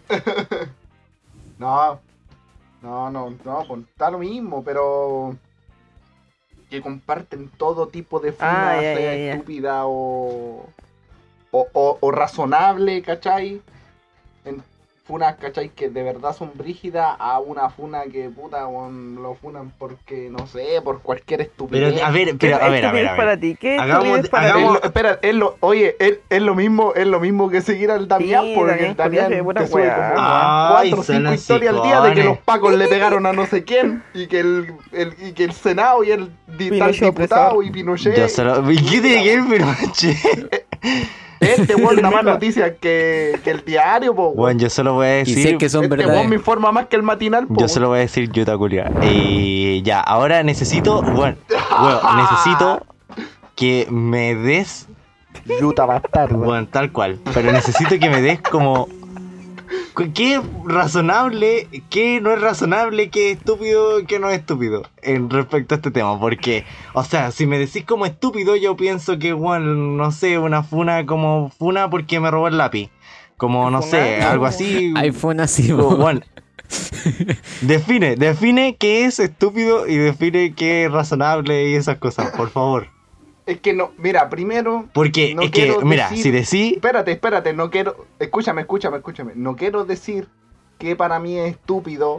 S2: No, pues está lo mismo, pero. Que comparten todo tipo de funa,
S4: Ah, ya,
S2: sea
S4: ya, ya.
S2: estúpida o razonable, ¿cachai? funas, ¿cachai? Que de verdad son brígidas a una funa que puta, weón, lo funan porque, no sé, por cualquier estupidez.
S1: Pero, a ver,
S4: ¿Qué
S1: a ver.
S4: estupidez para ti? ¿Qué
S1: Hagamos-
S4: estupidez para
S1: hagamos-
S4: ti?
S2: Espera, es lo mismo que seguir al Damián,
S4: Sí,
S2: porque
S4: Damián
S2: el Damián
S4: Julián, buena
S2: te sube
S4: weá.
S2: como
S1: Ay,
S2: 4 o
S1: son
S2: 5 historias al día de que
S1: hocicones.
S2: los pacos le pegaron a no sé quién, y que el Senado y el tal
S4: Pinochet
S2: diputado
S4: opresor.
S2: y Pinochet.
S1: Yo solo... ¿Y qué tiene que ver, Pinochet?
S2: Este weón da más noticias que el diario, po.
S1: Bueno, yo solo voy a
S3: Y
S1: decir...
S3: sé que son
S2: Este
S3: verdades.
S2: weón me informa más que el matinal, po.
S1: Yo solo voy a decir Yuta Culia. Y ya, ahora necesito... Bueno, necesito que me des...
S2: Yuta bastardo.
S1: Bueno, tal cual. Pero necesito que me des como... ¿Qué es razonable? ¿Qué no es razonable? ¿Qué es estúpido? ¿Qué no es estúpido? En respecto a este tema. Porque, o sea, si me decís como estúpido, yo pienso que, bueno, no sé, una funa como funa porque me robó el lápiz. Como, no sé,
S4: Funado.
S1: algo así.
S3: iPhone así,
S1: Bueno, define qué es estúpido y define qué es razonable y esas cosas, por favor.
S2: Es que no, mira, primero.
S1: Porque
S2: no
S1: es que,
S2: quiero
S1: mira,
S2: decir-
S1: si decís...
S2: Espérate, no quiero. Escúchame. No quiero decir que para mí es estúpido.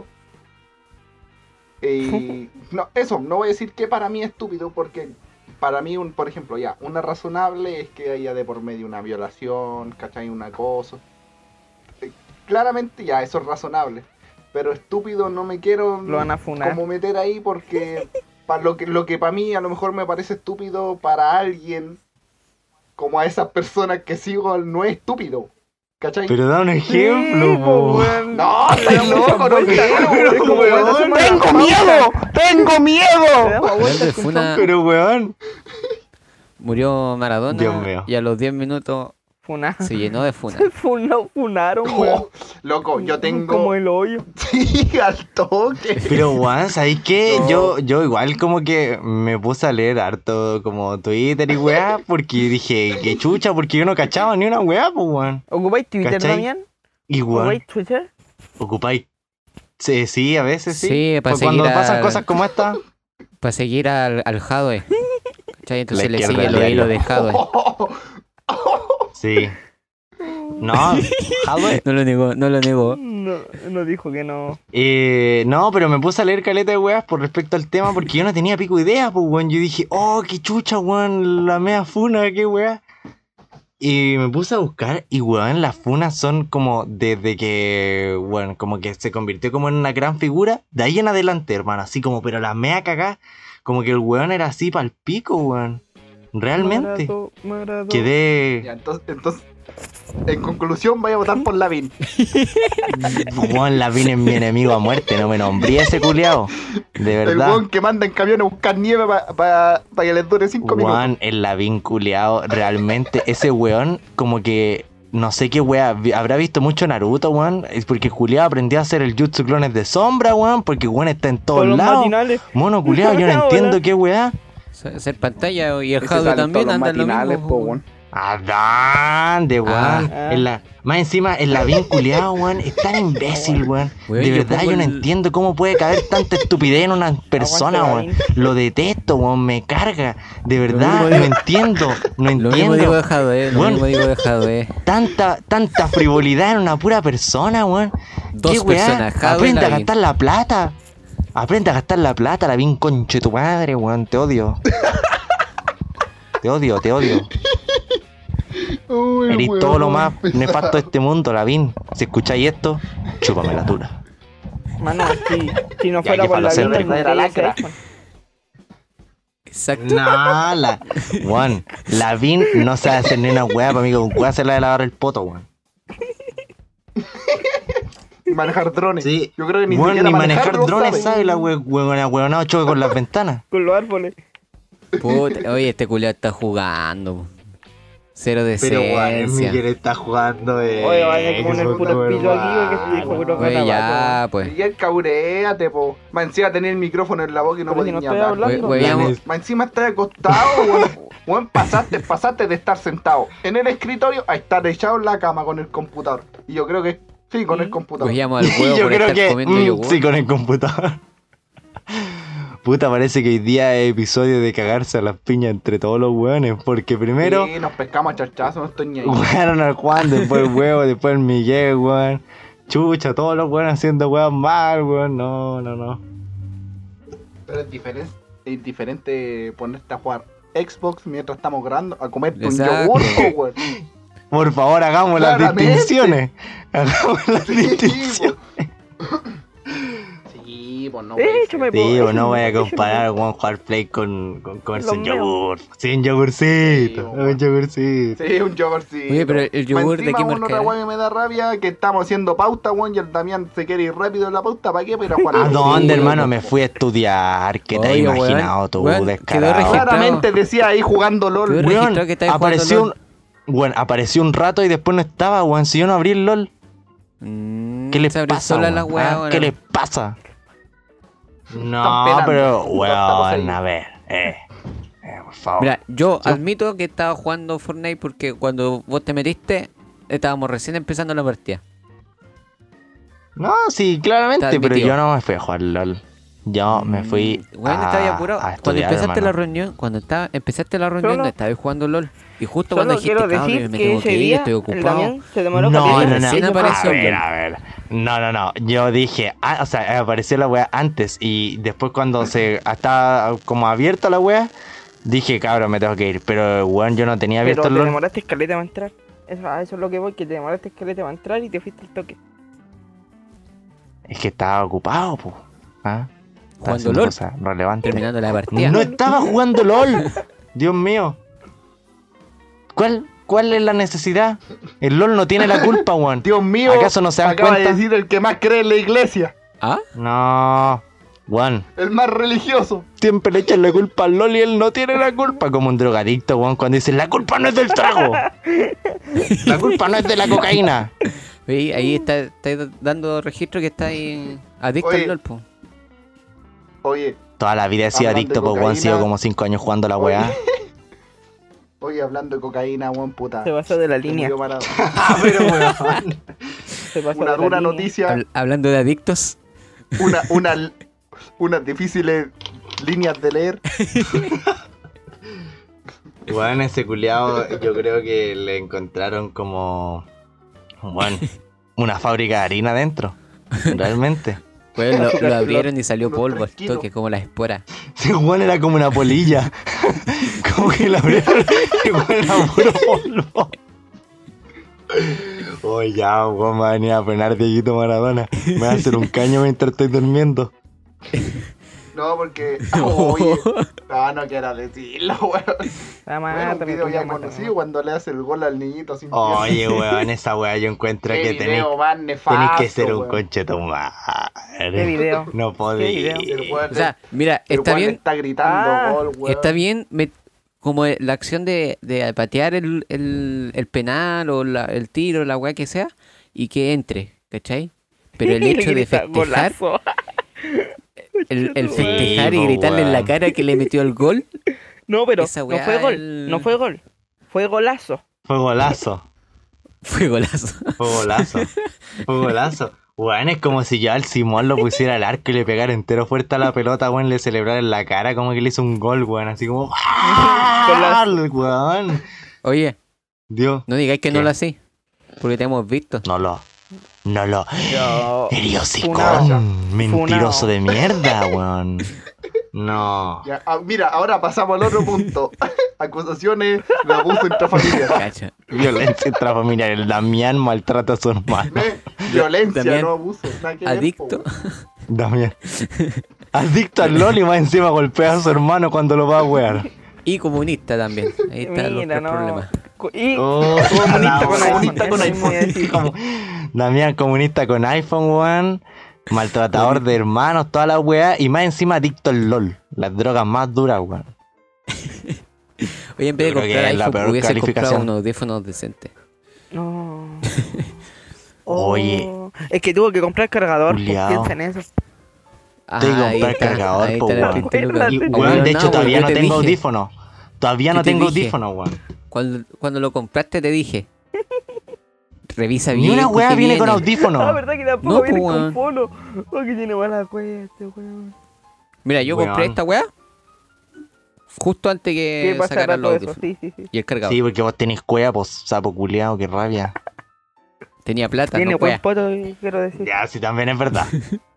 S2: No, eso, no voy a decir que para mí es estúpido porque para mí, por ejemplo, ya, una razonable es que haya de por medio una violación, ¿cachai? Un acoso. Claramente ya, eso es razonable. Pero estúpido no me quiero
S4: Lo van a funar.
S2: como meter ahí porque lo que para mí a lo mejor me parece estúpido para alguien como a esas personas que sigo no es estúpido. ¿Cachai?
S1: Pero da un ejemplo,
S4: Sí,
S1: po.
S4: po, weón.
S2: No,
S4: Le damos
S2: estás loco, no
S4: vuelta.
S2: quiero,
S4: Es como
S2: weón.
S4: cuando hacemos la
S2: ¡Tengo
S4: pausa.
S2: miedo! ¡Tengo
S4: Le
S2: miedo!
S4: damos
S3: Hablando
S4: vueltas
S3: de
S4: con
S3: funa,
S1: Pero, weón.
S3: murió Maradona
S1: Dios mío.
S3: y a los 10 minutos
S4: Funar.
S3: se llenó de funa.
S4: Funaron, weón.
S2: Oh, loco, yo tengo...
S4: Como el hoyo.
S2: Sí, al toque.
S1: Pero, weón, ¿sabes qué?
S2: No.
S1: Yo igual como que me puse a leer harto como Twitter y weá, porque dije, qué chucha, porque yo no cachaba ni una weá, pues, weón.
S4: ¿Ocupáis Twitter,
S1: ¿Cachai?
S4: Damián?
S1: Y, weón,
S4: ¿Ocupáis Twitter?
S1: ocupáis... Sí, sí, a veces sí.
S3: Sí, para
S1: Pues cuando
S3: seguir
S1: pasan
S3: al-
S1: cosas como esta...
S3: Para seguir al Jadwe. ¿Cachai? Entonces
S1: La
S3: le
S1: izquierda
S3: sigue los
S1: del
S3: hilos
S1: diario.
S3: de Jadwe.
S1: Sí. No, Hadwe.
S3: No lo negó, no lo negó.
S4: No dijo que no.
S1: No, pero me puse a leer caleta de weas por respecto al tema porque yo no tenía pico idea, pues, weón. Yo dije, oh, qué chucha, weón, la mea funa, qué wea. Y me puse a buscar y, weón, las funas son como desde que, weón, como que se convirtió como en una gran figura. De ahí en adelante, hermano, así como, pero la mea cagá, como que el weón era así pa'l pico, weón. Realmente.
S4: Maradona.
S1: Quedé...
S2: Ya, entonces, en conclusión, voy a votar por Lavín.
S1: Juan Lavín es mi enemigo a muerte, no me nombré a ese culiao. De
S2: El
S1: verdad.
S2: weón que manda en camión a buscar nieve para que les dure 5 minutos.
S1: Juan, el Lavín culiao. Realmente, ese weón, como que. No sé qué wea. Habrá visto mucho Naruto, weón. Es porque culiao aprendió a hacer el jutsu clones de sombra, weón. Porque weón está en todos
S4: Todos los
S1: lados.
S4: matinales.
S1: Mono culiao, yo no
S4: Hola.
S1: entiendo qué wea.
S3: Hacer pantalla y el
S2: Ese
S3: Jadwe
S2: sale en
S3: también
S2: todos los
S3: anda en lo
S2: matinales,
S3: mismo.
S2: po, weón.
S1: ¿Dónde, weón?
S4: Ah.
S1: Más encima, el Lavín culiao, weón. Es tan imbécil, weón.
S3: Weón,
S1: De
S3: yo
S1: verdad,
S3: pongo
S1: yo no
S3: el-
S1: entiendo cómo puede caber tanta estupidez en una persona,
S4: Aguante,
S1: weón.
S4: Lavín.
S1: Lo detesto, weón. Me carga. De verdad,
S3: mismo
S1: no
S3: digo-
S1: entiendo. No
S3: Lo mismo digo de
S1: entiendo.
S3: Jadwe, lo
S1: Weón.
S3: mismo digo de Jadwe.
S1: Tanta frivolidad en una pura persona, weón.
S3: Dos
S1: ¿Qué weá?
S3: personas, Jadwe y
S1: Aprende a
S3: Lavín.
S1: gastar la plata. Aprende a gastar la plata, Lavín, conche tu madre, weón. Te odio. Te odio, te odio.
S2: Uy,
S1: Eres
S2: weón,
S1: todo lo más
S2: pesado.
S1: nefasto de este mundo, Lavín. Si escucháis esto, chúpame la tula.
S4: Mano, si no
S1: Ya,
S4: fuera
S1: que
S4: por la vida,
S1: falocéntrico.
S4: no
S2: Era
S4: tendría ese
S2: lacra.
S4: iPhone.
S3: Exacto.
S1: No, Juan, Lavín no sabe hacer ni una weá para mí con weá se la de lavar el poto, weón.
S2: Manejar drones.
S1: Sí.
S2: Yo creo que ni
S1: Weón,
S2: siquiera
S1: ni manejar
S2: manejarlo
S1: drones
S2: sabe.
S1: sabe la weón, choque con las ventanas.
S4: Con los árboles.
S3: Puta, oye, este culiao está jugando. Cero de esencia.
S1: está jugando,
S4: Oye, vaya con el puro pito aquí, que se dijo puro
S3: Oye,
S4: garabato.
S3: ya, pues.
S2: Miguel, cabréate, po. Más encima tener el micrófono en la boca y no
S4: Pero si
S2: podés
S4: no
S2: ni
S4: estoy
S2: hablar.
S4: hablando.
S3: Veamos.
S2: Más encima estás acostado, weón. Weón, pasaste de estar sentado en el escritorio a estar echado en la cama con el computador. Y yo creo que sí, con el computador.
S3: Cogíamos al huevo
S1: Yo
S3: por
S1: creo
S3: estar
S1: que
S3: comiendo yogur.
S1: sí, con el computador. Puta, parece que hoy día es episodio de cagarse a las piñas entre todos los weones. Porque primero
S2: Sí, nos pescamos a charchazo, no estoy ni ahí.
S1: jugaron al Juan, después el huevo, después el Miguel, weón. chucha, todos los weones haciendo weas mal, weón. No.
S2: Pero es diferente ponerte a jugar Xbox mientras estamos grabando a comerte un
S3: Exacto.
S2: yogur, po, weón.
S1: Por favor, hagamos las
S2: Claramente.
S1: distinciones. Hagamos las
S2: Sí,
S1: distinciones.
S2: Sí, pues no.
S4: Échame, po.
S1: Sí, o no voy a
S4: Échame.
S1: comparar weón, jugar play con comerse
S4: Los
S1: un
S4: míos.
S1: yogur. Sin yogurcito.
S2: Sí, weón.
S1: Un yogurcito.
S2: Sí, un yogurcito.
S3: Oye, pero el yogur, ¿de qué
S2: Encima,
S3: marca
S2: otra
S3: era?
S2: weá que me da rabia que estamos haciendo pauta, weón, y el Damián se quiere ir rápido en la pauta. ¿Para qué? Para ir a jugar.
S1: ¿A
S2: al
S1: dónde,
S2: yogur,
S1: hermano?
S2: weón.
S1: Me fui a estudiar. ¿Qué te has
S3: Oye, weón,
S1: imaginado tú,
S3: weón, quedó
S1: descarado?
S3: registrado.
S2: Claramente decía ahí jugando LOL.
S3: Quedó
S2: weón.
S3: registrado que estabas
S1: apareció
S3: jugando
S1: Bueno, apareció un rato y después no estaba, weón. Si yo no abrí el LOL. ¿Qué les
S3: se abre
S1: pasa,
S3: sola
S1: weón?
S3: la weá,
S1: ¿Ah?
S3: weón.
S1: ¿Qué les pasa? No,
S2: penando.
S1: pero,
S2: Estamos
S1: weón,
S2: ahí.
S1: a ver. Por favor.
S3: Mira, yo
S1: ¿Sí?
S3: admito que estaba jugando Fortnite porque cuando vos te metiste, estábamos recién empezando la partida.
S1: No, sí, claramente,
S3: Está
S1: pero
S3: admitido.
S1: yo no me fui a jugar LOL. Yo me fui
S3: Bueno, estaba ahí apurado.
S1: a
S3: Cuando
S1: estudiar,
S3: empezaste la
S1: hermano.
S3: reunión, empezaste la reunión,
S4: Solo-
S3: no estabas jugando LOL. Y justo cuando
S4: Solo
S3: dijiste,
S4: quiero
S3: cabrón,
S4: decir
S3: me
S4: que
S3: tengo
S4: ese
S3: que ir,
S4: día
S3: estoy
S4: el
S3: ocupado.
S4: Damián se demoró
S1: No,
S4: caleta.
S1: no, no.
S3: Recién apareció
S1: A ver,
S3: LOL.
S1: a ver. No. Yo dije, o sea, apareció la wea antes y después cuando se estaba como abierta la wea, dije, cabrón, me tengo que ir. Pero, weón, yo no tenía
S4: Pero
S1: abierto
S4: te
S1: el LOL.
S4: demoraste escaleta para entrar. A eso es lo que voy, que te demoraste escaleta para entrar y te fuiste al toque.
S1: Es que estaba ocupado, po. ¿Ah? Estaba
S3: Jugando
S1: haciendo
S3: LOL.
S1: cosas relevantes.
S3: Terminando la partida.
S1: No estaba jugando LOL. Dios mío. ¿Cuál es la necesidad? El LOL no tiene la culpa, weón.
S2: Dios mío,
S1: ¿Acaso no se dan
S2: acaba
S1: cuenta?
S2: de decir el que más cree en la iglesia.
S3: ¿Ah?
S1: No. Weón.
S2: El más religioso.
S1: Siempre le echan la culpa al LOL y él no tiene la culpa. Como un drogadicto, weón, cuando dice, la culpa no es del trago. La culpa no es de la cocaína.
S3: Oye, ahí está dando registro que está ahí adicto
S2: Oye.
S3: al LOL, po.
S2: Oye,
S1: Toda la vida he sido
S2: Hablando
S1: adicto,
S2: de
S1: pues, weón,
S2: cocaína.
S1: sigo como 5 años jugando la weá.
S2: oye, hablando de cocaína, weón, puta.
S4: Se pasó de la
S2: Se
S4: línea.
S2: murió Maradona.
S1: Pero, weón.
S4: Se pasó
S2: Una
S4: de la
S2: dura
S4: línea.
S2: noticia,
S3: Hablando de adictos,
S2: unas difíciles líneas de leer.
S1: Weón, ese culiao, yo creo que le encontraron como. Weón, una fábrica de harina adentro. Realmente.
S3: pues lo abrieron y salió
S2: Unos
S3: polvo al
S2: 3 kilos.
S3: toque, como la espora.
S1: Ese weón era como una polilla. Como que la abrieron y weón era puro polvo. Oh, ya, weón, me va a venir a penar Dieguito Maradona. Me va a hacer un caño mientras estoy durmiendo.
S2: No, porque. Oye, no quiero decirlo, weón.
S4: Ah,
S2: Bueno, un
S4: mátame,
S2: video
S4: tú,
S2: ya
S4: mátame.
S2: conocido cuando le hace el gol al niñito sin
S1: Oye, weón, esa weá yo encuentro
S2: Qué
S1: que tenéis
S2: video más nefasto,
S1: tenéis que ser un
S2: weón.
S1: concheto
S4: ¿Qué video?
S1: No podía.
S4: ¿Qué video?
S2: El weón
S3: O sea, mira,
S2: el
S3: está
S2: weón le
S3: bien,
S2: está gritando
S4: Ah,
S2: gol, weón.
S3: está bien, como la acción de patear el penal o el tiro, la weá que sea, y que entre, ¿cachai? Pero el hecho de
S4: Grita,
S3: festejar,
S4: golazo.
S3: el festejar
S1: Sí,
S3: y
S1: po,
S3: gritarle en la
S1: weón.
S3: cara que le metió el gol,
S4: No, pero
S3: Esa
S4: no
S3: weá,
S4: fue gol.
S3: el-
S4: No fue gol. Fue golazo.
S1: Fue golazo.
S3: fue golazo.
S1: Fue golazo. Fue golazo. Weón, es como si ya el Simón lo pusiera al arco y le pegara entero fuerte a la pelota, weón, le celebrara en la cara como que le hizo un gol, weón, así como. ¡Ah! Weón.
S3: Oye,
S1: Dios.
S3: no digáis que no
S1: ¿Qué?
S3: lo hacéis, porque te hemos visto.
S1: No lo.
S4: Yo...
S1: Eres
S2: Funao.
S1: hocicón. Mentiroso
S4: Funao.
S1: de mierda, weón. No.
S2: Ya, mira, ahora pasamos al otro punto. Acusaciones de abuso intrafamiliar.
S3: Cacha.
S1: Violencia intrafamiliar. El Damián maltrata a su hermano.
S2: Violencia,
S3: También
S2: no abuso. Nada que ver,
S3: Adicto.
S2: po.
S1: Damián. Adicto al LOL y más encima golpea a su hermano cuando lo va a wear.
S3: Y comunista también. Ahí están los
S4: Mira,
S3: tres
S4: no.
S3: problemas.
S4: Y
S1: Oh,
S4: comunista con iPhone.
S2: comunista con
S4: eso mismo
S2: iPhone.
S4: iba a decir.
S1: como Damián comunista con iPhone, weón. Maltratador de hermanos, toda la weá. Y más encima adicto al LOL. Las drogas más duras, weón.
S3: Oye, en vez de
S1: Yo creo que
S3: comprar
S1: es la
S3: iPhone,
S1: peor
S3: hubiese comprado
S1: calificación.
S3: unos audífonos decentes.
S4: No.
S1: Oye.
S4: Oh, es que tuvo que comprar cargador. Pues,
S1: Culiao.
S4: piensa en eso.
S1: Tengo que
S3: ahí
S1: comprar
S3: está,
S1: cargador,
S3: ahí
S1: po,
S3: está la
S1: weón.
S3: 30 lucas.
S1: Y,
S4: Weón,
S1: weón, de hecho,
S3: No,
S1: todavía
S3: yo
S1: no
S3: te
S1: tengo
S3: dije.
S1: audífonos. Todavía
S3: Yo
S1: no
S3: te
S1: tengo
S3: dije.
S1: audífonos, weón.
S3: Cuando lo compraste te dije. Revisa
S1: Ni
S3: bien.
S1: una
S3: con
S1: weá
S3: qué
S1: viene con
S4: Ah,
S1: audífonos.
S4: verdad que tampoco
S3: No,
S4: viene
S3: pues,
S4: con
S3: weón.
S4: fono. Oh, que tiene mala cuesta, weón.
S3: Mira, yo compré
S1: Weón.
S3: esta weá justo antes
S4: ¿Qué
S3: que
S4: pasará
S3: sacaran los
S4: todo eso?
S3: audífonos.
S4: Sí, sí, sí.
S3: Y el cargador.
S1: Sí, porque vos tenés cueva, pues, sapo culiao, qué rabia.
S3: Tenía plata,
S4: Tiene
S3: no
S4: buen
S3: wea.
S4: poto, quiero decir.
S1: Ya, sí, también es verdad.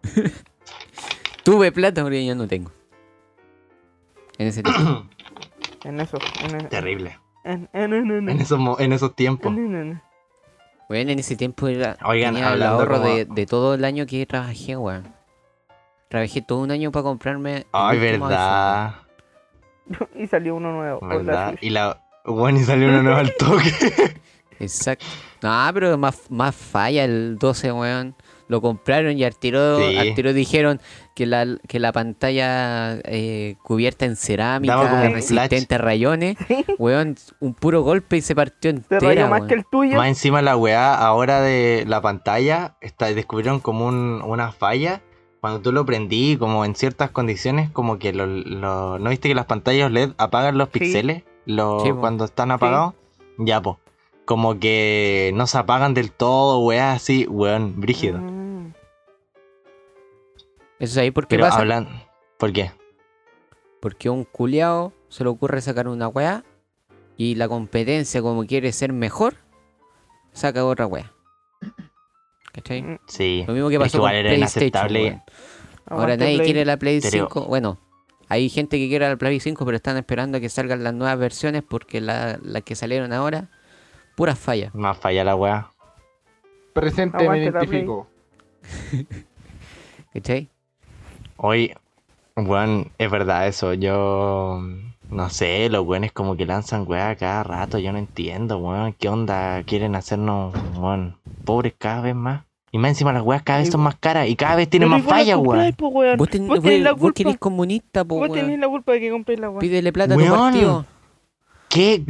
S3: Tuve plata, pero yo no tengo. En ese tiempo.
S4: En eso.
S1: Terrible.
S4: En
S1: En esos tiempos.
S3: Bueno, en ese tiempo
S1: Oigan,
S3: tenía el
S1: hablando
S3: ahorro
S1: como-
S3: de todo el año que trabajé, weón. Trabajé todo un año para comprarme el
S1: Ay,
S3: último
S1: verdad.
S4: Y salió uno nuevo.
S1: ¿Verdad? Y salió una nueva al toque.
S3: iPhone. Exacto. No, pero más falla el 12, weón. Lo compraron y
S1: Sí.
S3: al tiro dijeron que la pantalla cubierta en
S1: Daba
S3: cerámica,
S1: como
S3: resistente a rayones, weón, un puro golpe y se partió
S4: Te
S3: entera,
S4: rayó más
S3: weón.
S4: que el tuyo.
S1: Más encima la weá ahora de la pantalla descubrieron como una falla. Cuando tú lo prendí, como en ciertas condiciones, como que ¿no viste que las pantallas LED apagan los
S4: Sí.
S1: píxeles
S3: Sí, po.
S1: cuando están apagados? Ya, pues. Como que no se apagan del todo, weá, así, weón, brígido.
S3: Eso es ahí porque
S1: Pero
S3: pasa.
S1: hablan... ¿Por qué?
S3: Porque a un culiao se le ocurre sacar una weá y la competencia, como quiere ser mejor, saca otra weá. ¿Cachai?
S1: Sí.
S3: Lo mismo que
S1: Es
S3: pasó
S1: igual
S3: con
S1: era
S3: PlayStation,
S1: inaceptable.
S3: weón. Ahora nadie quiere la Play
S1: Pero-
S3: 5. Bueno, hay gente que quiere la Play 5, pero están esperando a que salgan las nuevas versiones porque las que salieron ahora, puras fallas.
S1: Más falla la weá.
S2: Presente, me
S4: Aguante la
S2: identifico.
S3: ¿Cachai?
S1: Hoy, weón, es verdad eso. Yo no sé, los weones como que lanzan weá cada rato. Yo no entiendo, weón. ¿Qué onda? Quieren hacernos, weón, pobres cada vez más. Y más encima las weas cada vez son más caras y cada vez tienen más fallas, weón.
S3: Vos,
S4: Vos tenés la
S3: vos
S4: culpa.
S3: querés comunista, po,
S4: Vos tenés
S3: weón.
S4: la culpa de que compréis la weá.
S3: Pídele plata a tu
S1: Weón.
S3: partido.
S1: ¿Qué?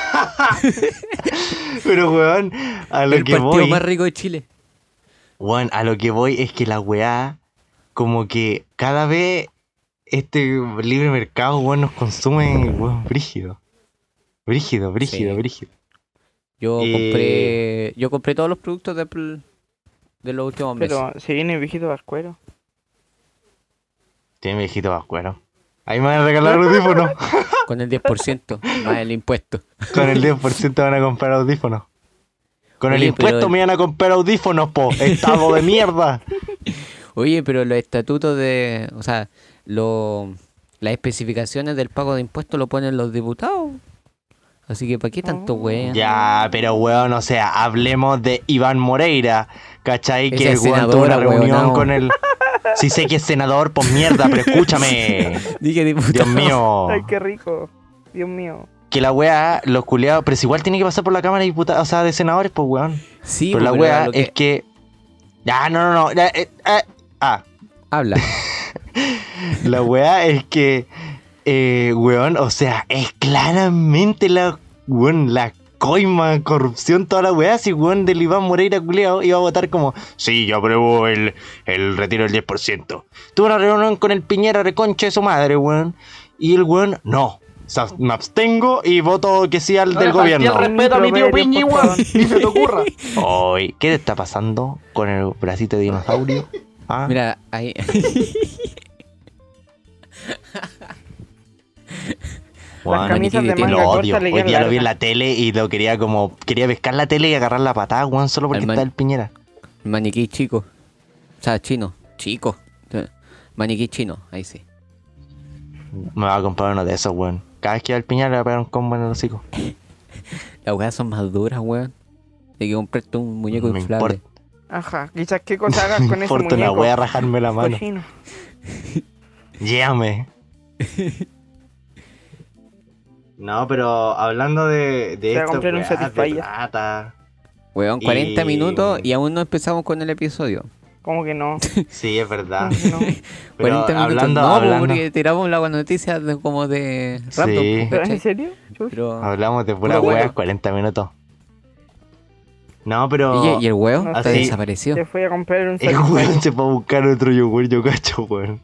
S1: Pero, weón, a lo
S3: El
S1: que
S3: partido
S1: voy,
S3: más rico de Chile.
S1: weón, a lo que voy es que la weá, como que cada vez este libre mercado, weón, nos consume, weón, brígido. Brígido, brígido,
S3: Sí.
S1: brígido.
S3: Yo compré todos los productos de Apple de los últimos meses.
S4: Pero si viene viejito vascuero.
S1: Tiene viejito vascuero. Ahí me van a regalar audífonos.
S3: Con el 10% más el impuesto.
S1: Con el 10% van a comprar audífonos. Con el
S3: Oye,
S1: impuesto
S3: pero-
S1: me van a comprar audífonos, po. Estado de mierda.
S3: Oye, pero los estatutos de... O sea, las especificaciones del pago de impuestos lo ponen los diputados. Así que ¿para qué tanto weón?
S1: Ya, pero weón, o sea, hablemos de Iván Moreira, ¿cachai?
S3: Ese
S1: Que el
S3: es
S1: weón tuvo una
S3: senador,
S1: reunión
S3: ahueonao.
S1: con el... Sí sé que es senador, pues mierda, pero escúchame.
S3: Dije diputado.
S1: Dios mío.
S4: Ay, qué rico. Dios mío.
S1: Que la weá, los culiados... Pero si igual tiene que pasar por la Cámara de Diputados, o sea, de senadores, pues weón.
S3: Sí,
S1: pero la
S3: pero
S1: weá
S3: lo
S1: es que... Ya, no.
S3: Habla.
S1: La weá es que, weón, o sea, es claramente la coima, corrupción, toda la weá. Si weón del Iván Moreira culiao iba a votar como, sí, yo apruebo el retiro del 10%. Tuve una reunión con el Piñera, reconcha de su madre, weón. Y el weón, no. O sea, me abstengo y voto que sí al
S2: No
S1: del
S2: le falté
S1: gobierno.
S2: el respeto a mi tío
S4: Promedio,
S2: Piñi,
S4: por
S2: weón.
S4: favor.
S2: Ni se te ocurra.
S1: Oy, ¿qué te está pasando con el bracito de dinosaurio? ¿Ah?
S3: Mira, ahí...
S1: Weón,
S4: camisas de
S3: Maniquí,
S1: lo
S4: manga
S1: odio.
S4: corta le
S1: Hoy
S4: quedan
S1: día lo vi en
S4: largas.
S1: la tele y lo quería pescar la tele y agarrar la patada, weón, solo porque
S3: El man-
S1: está el Piñera.
S3: Maniquí chico. O sea, chino. Chico. Maniquí chino, ahí sí.
S1: Me va a comprar uno de esos, weón. Cada vez que va el Piñera le va a pegar un combo en el hocico.
S3: Las weas son más duras, weón. Hay que comprarte un muñeco
S1: Me
S3: inflable.
S1: importa.
S4: Ajá. Quizás qué cosa hagas
S1: Me
S4: con ese
S1: importa una
S4: muñeco.
S1: wea rajarme la mano.
S4: Cochino.
S1: Lléame. No, pero hablando de
S4: Se va a
S1: esto,
S4: comprar un
S1: weas de
S4: Satisfyer.
S1: plata.
S3: Weón, 40
S1: Y-
S3: minutos y aún no empezamos con el episodio.
S4: ¿Cómo que no?
S1: Sí, es verdad.
S4: ¿Cómo que no?
S1: Pero
S3: 40 minutos.
S1: hablando,
S3: No,
S1: hablando,
S3: porque tiramos la noticia como de random.
S1: Sí.
S4: ¿Pero
S3: ¿cachai?
S4: en serio? Chuy.
S3: Pero...
S1: hablamos de pura
S3: Puro
S1: weas,
S3: huevo.
S1: 40 minutos. No, pero
S3: Oye, ¿y el huevo?
S4: No
S3: Está
S1: sé.
S3: desaparecido.
S4: Te fui a comprar un
S1: el
S4: Satisfyer.
S1: weón se fue a buscar otro yogur, yo cacho, weón.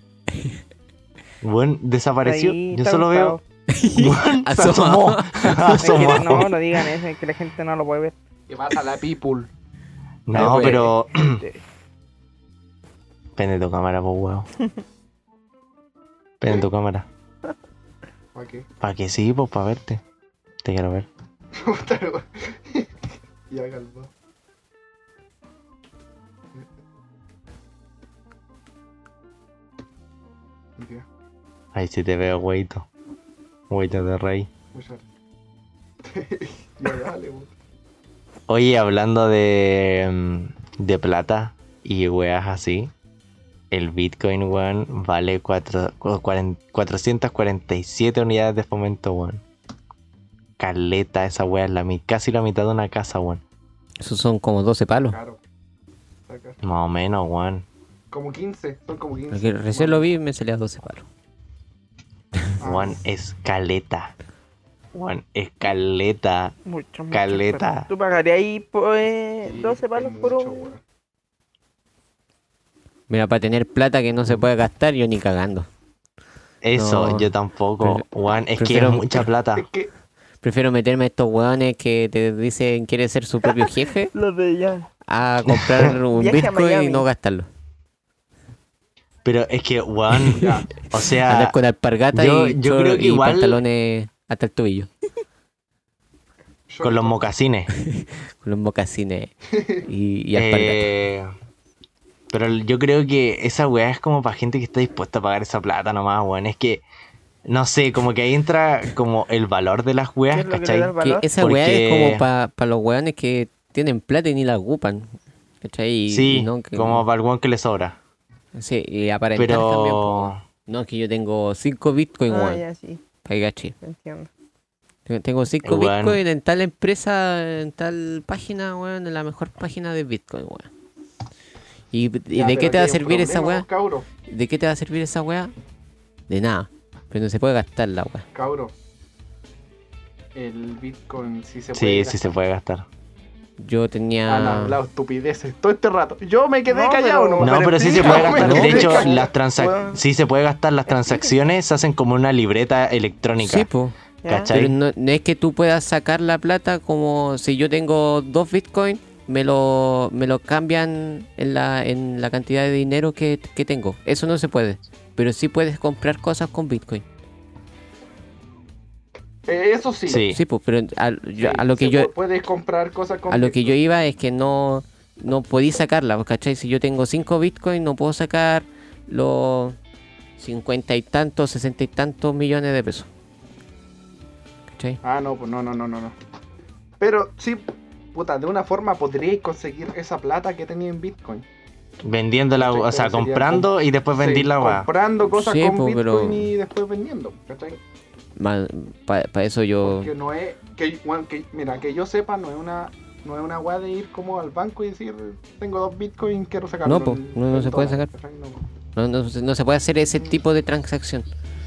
S1: Weón, desapareció.
S4: Ahí
S1: Yo
S4: está
S1: solo veo.
S4: gustado.
S1: Weón, se
S3: Asomado.
S1: asomó.
S4: Es que
S1: Asomó.
S4: no, no digan eso, es que la gente no lo puede ver.
S2: ¿Qué pasa la people?
S1: No,
S3: Ay,
S1: pero.
S4: Este,
S1: Prende tu cámara, pues, weón. Prende tu cámara.
S2: ¿Para qué?
S1: ¿Para que sí, pues, para verte? Te quiero ver.
S2: Ya, calma. Ya,
S1: Ahí sí te veo, güeyito. Güeyito de rey.
S2: muchas gracias. Ya, dale, weón.
S1: Oye, hablando de plata y weas así, el Bitcoin, weón, vale 447 unidades de fomento, weón. Caleta, esa wea es casi la mitad de una casa, weón.
S3: Esos son como 12 palos.
S2: Caro. Está caro.
S1: Más o menos, weón.
S2: Como 15, son como 15.
S3: Porque recién lo vi y me salía 12 palos.
S2: Ah,
S1: Weón, es caleta. Weón, es caleta.
S4: Mucho,
S1: Caleta.
S4: pero ¿tú pagarías ahí
S2: sí,
S4: 12 palos
S2: es
S4: por
S2: mucho,
S4: un...?
S2: weón.
S3: Mira, para tener plata que no se puede gastar, yo ni cagando.
S1: Eso,
S3: No,
S1: yo tampoco. Weón, es que
S3: prefiero-
S1: es mucha plata.
S2: Es que
S3: Prefiero meterme a estos weones que te dicen quiere ser su propio jefe
S4: Los de ya.
S3: a comprar un
S4: Viaje a
S3: Bitcoin y
S4: Miami.
S3: no gastarlo.
S1: Pero es que, weón,
S2: ya,
S1: o sea,
S3: Andar con alpargata
S1: yo
S3: y,
S1: creo que
S3: y
S1: igual-
S3: pantalones hasta el tobillo.
S2: yo
S1: con los
S2: no-
S1: mocasines.
S3: Con los mocasines y alpargata.
S1: Pero yo creo que esa weá es como para gente que está dispuesta a pagar esa plata nomás, weón. Es que, no sé, como que ahí entra como el valor de las
S4: ¿Qué
S1: weas,
S4: es lo que le
S1: ¿cachai?
S4: da el valor?
S3: Que esa weá es
S1: Porque-
S3: como para los weones que tienen plata y ni la ocupan. ¿Cachai?
S1: Sí,
S3: y no que-
S1: como para el weón que le sobra.
S3: Sí, y aparentar también. Po.
S1: Pero,
S3: No, es que yo tengo 5 Bitcoin,
S4: Ah,
S3: weón.
S4: ya, sí,
S3: Para que caché.
S4: entiendo.
S3: Tengo 5
S1: Weón.
S3: Bitcoin en tal empresa, en tal página, weón, en la mejor página de Bitcoin, weón. ¿Y
S2: Ya,
S3: de qué
S2: pero
S3: te va a
S2: aquí hay un
S3: servir esa
S2: problema,
S3: weá?
S2: Cabro,
S3: ¿De qué te va a servir esa weá? De nada. Pero no se puede gastar la weá.
S2: cabro. El Bitcoin sí se puede.
S1: sí,
S2: gastar.
S1: sí se puede gastar.
S3: Yo
S2: Han
S3: tenía...
S2: hablado estupideces todo este rato. Yo me quedé
S4: No,
S2: callado,
S4: pero-
S2: nomás.
S1: No, pero sí se
S2: explica,
S1: puede
S2: me
S1: gastar.
S2: quedé
S1: De hecho,
S2: callado.
S4: Weón.
S1: sí se puede gastar. Las transacciones se hacen como una libreta electrónica.
S3: Sí, po.
S4: ¿Ya?
S1: ¿Cachai?
S3: Pero no es que tú puedas sacar la plata como si yo tengo 2 Bitcoin, me lo cambian en la cantidad de dinero que tengo. Eso no se puede. Pero sí puedes comprar cosas con Bitcoin.
S2: Eso sí.
S1: Sí.
S3: Sí, pues, pero
S2: Sí,
S3: a lo que
S2: se
S3: yo...
S2: puedes comprar cosas con
S3: A lo que yo
S2: Bitcoin.
S3: iba es que no podí sacarla, pues, ¿cachai? Si yo tengo 5 Bitcoin, no puedo sacar los 50 y tantos, 60 y tantos millones de pesos. ¿Cachai?
S2: Ah, no, pues no. Pero sí, puta, de una forma podríais conseguir esa plata que tenía en Bitcoin.
S1: Vendiéndola,
S2: ¿Cachai?
S1: o sea,
S2: Pero sería
S1: comprando y después
S2: Sí,
S1: vendir la weá.
S2: comprando cosas
S3: Sí,
S2: con
S3: pues,
S2: Bitcoin
S3: pero-
S2: y después vendiendo, ¿cachai?
S3: Para eso yo...
S2: Porque no es. Mira, que yo sepa, no es una weá de ir como al banco y decir, tengo 2 Bitcoin, quiero sacarlo.
S3: No, pues,
S2: en-
S3: no
S2: en
S3: se puede
S2: dólares,
S3: sacar.
S2: ¿cachai? No.
S3: No se puede hacer ese tipo de transacción.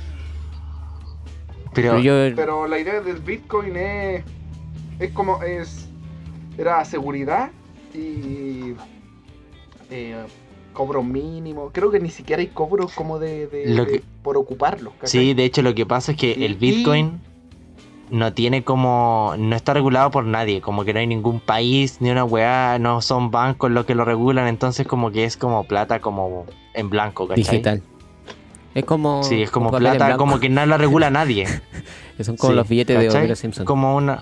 S1: Pero,
S3: Pero yo...
S2: Pero la idea del Bitcoin es como era seguridad y cobro mínimo. Creo que ni siquiera hay cobros como
S1: Lo que-
S2: por ocuparlos.
S1: sí, de hecho lo que pasa es que
S2: Y-
S1: el Bitcoin no tiene como... No está regulado por nadie. Como que no hay ningún país, ni una weá, no son bancos los que lo regulan. Entonces como que es como plata como en blanco, ¿cachai?
S3: digital. Es como...
S1: Sí, es como
S3: un papel en
S1: plata,
S3: blanco.
S1: como que no la regula nadie.
S3: Son como
S1: Sí,
S3: los billetes de
S1: ¿cachai?
S3: Homero Simpson.
S1: Como una...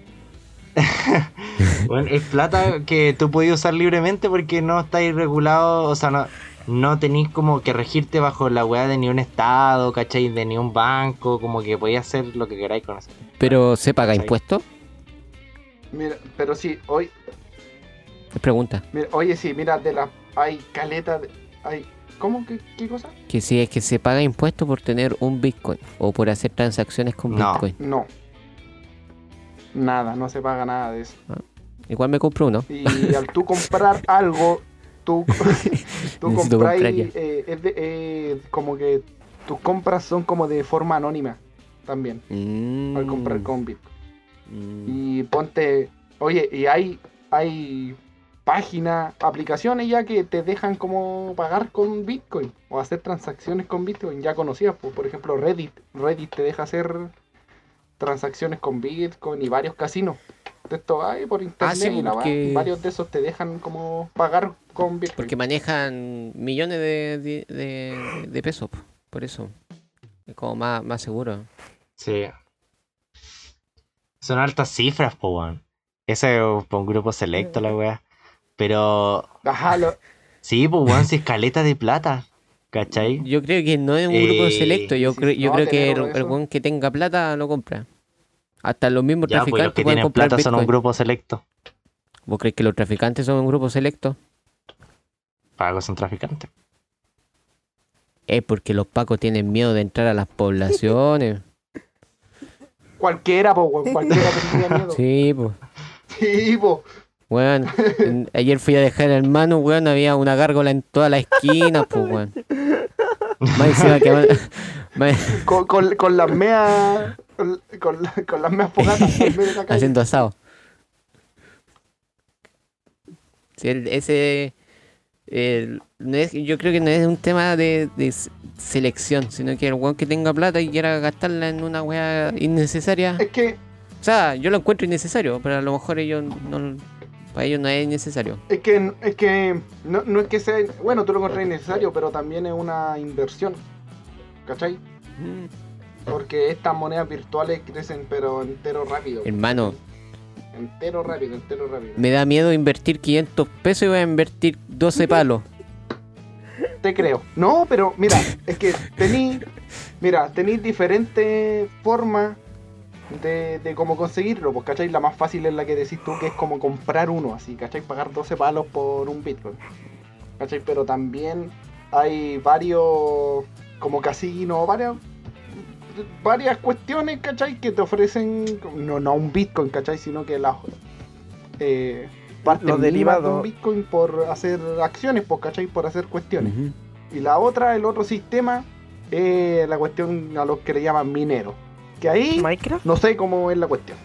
S1: Bueno, es plata que tú puedes usar libremente porque no estáis regulado, o sea, no tenéis como que regirte bajo la weá de ni un estado, ¿cachai? De ni un banco, como que podéis hacer lo que queráis con eso.
S3: Pero ¿se paga
S1: ¿Cachai?
S3: impuesto?
S2: Mira, pero sí,
S3: Es pregunta.
S2: oye, sí, mira, hay caleta, hay, ¿cómo? ¿Qué cosa?
S3: Que si es que se paga impuesto por tener un Bitcoin o por hacer transacciones con
S1: No.
S3: Bitcoin.
S2: No. Nada, no se paga nada de eso.
S3: Igual me compro uno.
S2: Y al tú comprar algo, tú
S3: Necesito
S2: compras
S3: comprar ya.
S2: como que tus compras son como de forma anónima también, al comprar con Bitcoin. Y ponte, oye, y hay páginas, aplicaciones ya que te dejan como pagar con Bitcoin o hacer transacciones con Bitcoin ya conocidas, pues, por ejemplo Reddit te deja hacer transacciones con Bitcoin y varios casinos. De esto hay por internet
S3: sí,
S2: y la
S3: porque-
S2: y varios de esos te dejan como pagar con Bitcoin.
S3: Porque manejan millones de pesos. Por eso. Es como más seguro.
S1: Sí. Son altas cifras, po, weón. Ese es por un grupo selecto, la weá. Pero
S2: Ajá,
S1: sí, pues weón, si es caleta de plata. ¿cachai?
S3: Yo creo que no es un grupo selecto. Yo
S2: sí,
S3: creo
S2: no,
S3: que
S2: tener
S3: el
S2: eso.
S3: weón que tenga plata lo compra. Hasta los mismos
S1: Ya, pues los
S3: traficantes
S1: que
S3: pueden
S1: tienen
S3: comprar
S1: plata son un
S3: Bitcoin.
S1: grupo selecto.
S3: ¿Vos crees que los traficantes son un grupo selecto?
S1: Pagos son traficantes.
S3: Es porque los pacos tienen miedo de entrar a las poblaciones.
S2: Cualquiera, po, weón, cualquiera tendría miedo.
S3: Sí, pues.
S2: Sí, po.
S3: Weón, ayer fui a dejar al hermano, weón, había una gárgola en toda la esquina, pues, weón. Más encima que... más-
S2: Con las meas. Con las meas fogatas al medio de la calle.
S3: haciendo asado. Sí, no es, yo creo que no es un tema de selección, sino que el weón que tenga plata y quiera gastarla en una weá innecesaria.
S2: Es que,
S3: O sea, yo lo encuentro innecesario, pero a lo mejor ellos no, para ellos no es innecesario.
S2: no es que sea. Bueno, tú lo encontrás innecesario, pero también es una inversión. ¿Cachai? Porque estas monedas virtuales crecen, pero entero rápido.
S3: Hermano,
S2: Entero rápido.
S3: me da miedo invertir 500 pesos y voy a invertir 12 palos.
S2: Te creo. No, pero mira, es que tení diferentes formas de cómo conseguirlo. Pues, ¿cachai? La más fácil es la que decís tú, que es como comprar uno, así, ¿cachai? Pagar 12 palos por un Bitcoin. ¿Cachai? Pero también hay varios, como casinos, varias cuestiones, ¿cachai? Que te ofrecen, no un Bitcoin, ¿cachai? Sino que las partes
S4: Los
S2: mínimas de
S4: derivados.
S2: un Bitcoin por hacer acciones, pues, ¿cachai? Por hacer cuestiones.
S3: Ujú.
S2: Y el otro sistema, es la cuestión a los que le llaman minero. Que ahí,
S4: ¿Minecraft?
S2: no sé cómo es la cuestión.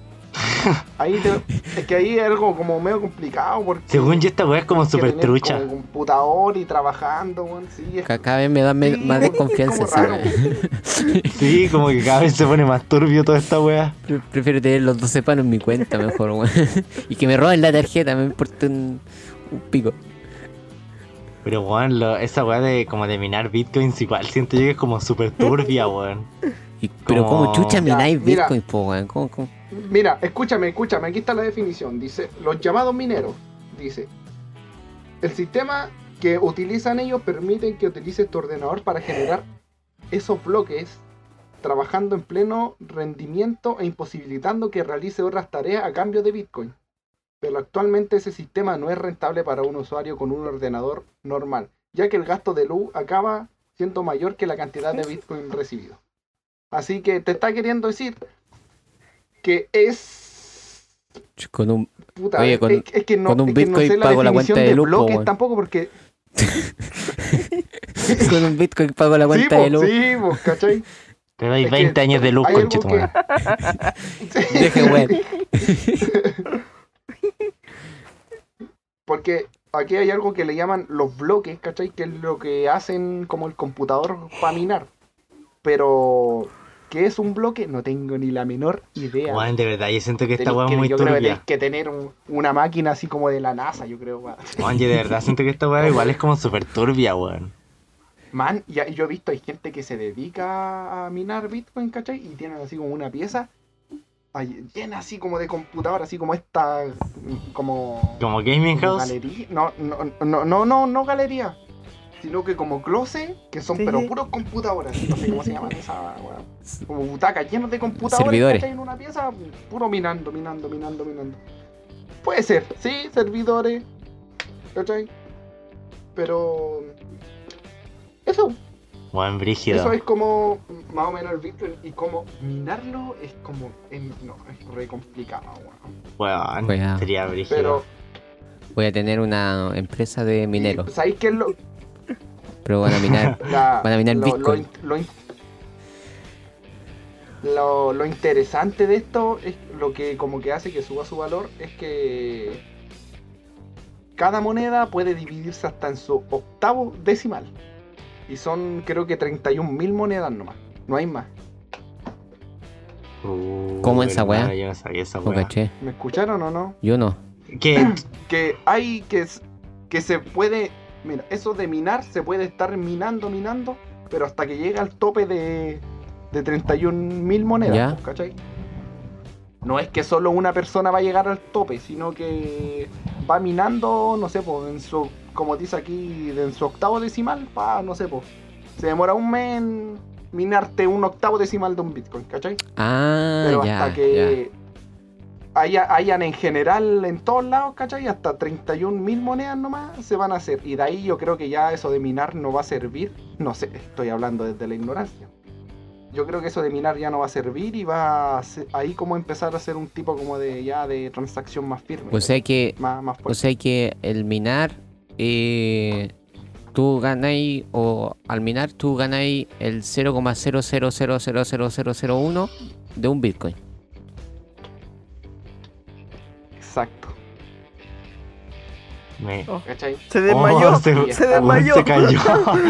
S2: Es que ahí es algo como medio complicado porque...
S1: Según yo, esta weá es como
S2: tienes que
S1: súper
S2: tener
S1: trucha.
S2: como computador y trabajando, weón. Sí, es
S3: Cada vez me da
S2: Sí,
S3: más desconfianza
S2: es como
S3: esa
S2: raro.
S3: weá.
S1: Sí, como que cada vez se pone más turbio toda esta weá.
S3: Prefiero tener los 12 palos en mi cuenta mejor, weón. Y que me roben la tarjeta, me importa un pico.
S1: Pero weón, esa weá de como de minar bitcoins igual siento yo que es como súper turbia, weón.
S3: Pero
S1: Como-
S3: como chucha
S2: Ya,
S3: mináis
S2: mira.
S3: Bitcoin, po, weón. ¿Cómo?
S2: Mira, escúchame, aquí está la definición. Dice, los llamados mineros, dice, el sistema que utilizan ellos permiten que utilices tu ordenador para generar esos bloques trabajando en pleno rendimiento e imposibilitando que realice otras tareas a cambio de Bitcoin. Pero actualmente ese sistema no es rentable para un usuario con un ordenador normal, ya que el gasto de luz acaba siendo mayor que la cantidad de Bitcoin recibido. Así que te está queriendo decir que es...
S3: Con un...
S2: Puta,
S3: Oye, con-
S2: es que no,
S3: con un
S2: es que no
S3: Bitcoin
S2: sé la
S3: pago la
S2: definición
S3: cuenta de
S2: de
S3: luz, po,
S2: bloques
S3: weón.
S2: tampoco porque...
S3: Con un Bitcoin pago la cuenta de luz.
S2: Sí, pues, ¿cachai?
S1: Te doy
S2: Es que
S1: 20 años de luz,
S2: hay algo
S1: conchetumare.
S3: Deje, weón.
S2: Porque aquí hay algo que le llaman los bloques, ¿cachai? Que es lo que hacen como el computador para minar. Pero, ¿qué es un bloque? No tengo ni la menor idea.
S1: Weón, de verdad, yo siento que esta
S2: Tenéis
S1: weá es
S2: que-
S1: muy
S2: yo creo que
S1: turbia.
S2: tenéis que tener una máquina así como de la NASA, yo creo. weón.
S1: Weón, yo de verdad siento que esta weá igual es como súper turbia, weón.
S2: Man, yo he visto, hay gente que se dedica a minar Bitcoin, ¿cachai? Y tienen así como una pieza llena así como de computadora, así como esta, como
S1: Como Gaming House.
S2: galería, no galería, sino que como closet, que son
S4: Sí,
S2: pero
S4: sí.
S2: puros computadores, no sé cómo se llaman esa, weón. Como butacas llenas de computadores,
S3: Servidores.
S2: ¿cachai? En una pieza, puro minando. Puede ser, sí, servidores, ¿cachai? Pero eso
S1: Weón, brígido.
S2: es como más o menos el Bitcoin, y como minarlo es como es re complicado, weón.
S1: Weón, sería brígido.
S2: Pero
S3: Voy a tener una empresa de mineros,
S2: ¿sabéis qué es lo
S3: pero van a minar. Van a minar Bitcoin.
S2: Lo interesante de esto es lo que como que hace que suba su valor, es que cada moneda puede dividirse hasta en su octavo decimal. Y son creo que 31.000 monedas nomás. No hay más.
S3: ¿Cómo esa
S1: hermano,
S3: weá?
S1: Yo no sabía esa
S3: No
S1: weá.
S3: caché.
S2: ¿Me escucharon o no?
S3: Yo no.
S1: ¿Qué?
S2: Que hay que se puede... Mira, eso de minar se puede estar minando, pero hasta que llega al tope de 31.000 monedas,
S3: Ya.
S2: pues, ¿cachai? no es que solo una persona va a llegar al tope, sino que va minando, no sé, pues, como dice aquí, en su octavo decimal, no sé, pues, se demora un mes en minarte un octavo decimal de un Bitcoin, ¿cachai?
S3: Ah,
S2: Pero
S3: ya,
S2: hasta que hayan en general en todos lados, ¿cachai? Hasta 31.000 monedas nomás se van a hacer. Y de ahí yo creo que ya eso de minar no va a servir. No sé, estoy hablando desde la ignorancia. Yo creo que eso de minar ya no va a servir y va a ahí como empezar a hacer un tipo como de transacción más firme.
S3: O sea que,
S2: más
S3: o
S2: fuerte.
S3: sea que el minar, tú ganáis, o al minar tú ganáis el 0,00000001 de un Bitcoin.
S2: Exacto. ¿Cachai?
S4: Se desmayó, se desmayó.
S1: Se cayó.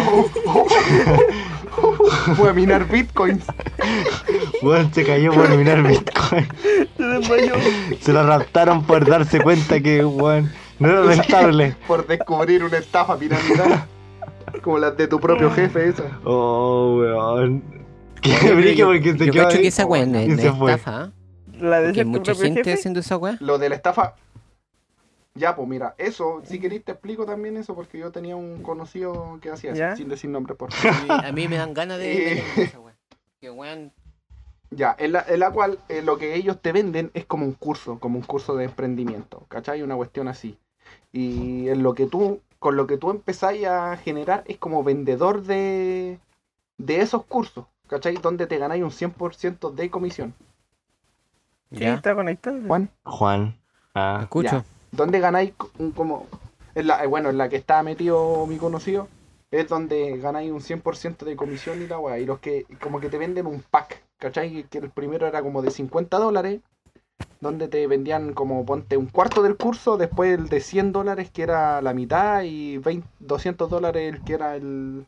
S2: Fue a minar bitcoins.
S1: Weón, se cayó por minar Bitcoin.
S4: Se desmayó.
S1: Se lo raptaron por darse cuenta que, weón, no era rentable.
S2: Por descubrir una estafa piramidal. Como las de tu propio jefe, esa.
S1: Oh, weón. Qué brillo porque se
S3: Yo
S1: quedó
S3: cacho
S1: ahí
S3: que esa weá no
S1: y
S3: es
S1: se fue.
S3: estafa, ¿eh?
S4: La de
S3: Porque
S4: ser
S3: hay
S4: tu
S3: mucha
S4: propio
S3: gente
S4: jefe.
S3: haciendo esa weá.
S2: Lo de la estafa. Ya, pues mira, eso, si querés te explico también eso, porque yo tenía un conocido que hacía eso,
S4: ¿Ya?
S2: sin decir nombre, por favor.
S3: A mí me dan ganas de esa weá. Que weón.
S2: Ya, en la cual lo que ellos te venden es como un curso de emprendimiento, ¿cachai? Una cuestión así. Y en lo que con lo que tú empezáis a generar es como vendedor de esos cursos, ¿cachai? Donde te ganáis un 100% de comisión.
S4: Sí,
S3: Ya,
S4: está conectado.
S2: Juan,
S1: Juan. Ah.
S3: escucho.
S2: ya. Donde ganáis como... en la que está metido mi conocido, es donde ganáis un 100% de comisión y la weá. Y los que como que te venden un pack, ¿cachai? Que el primero era como de $50, donde te vendían como, ponte, un cuarto del curso, después el de $100 que era la mitad y $200 el que era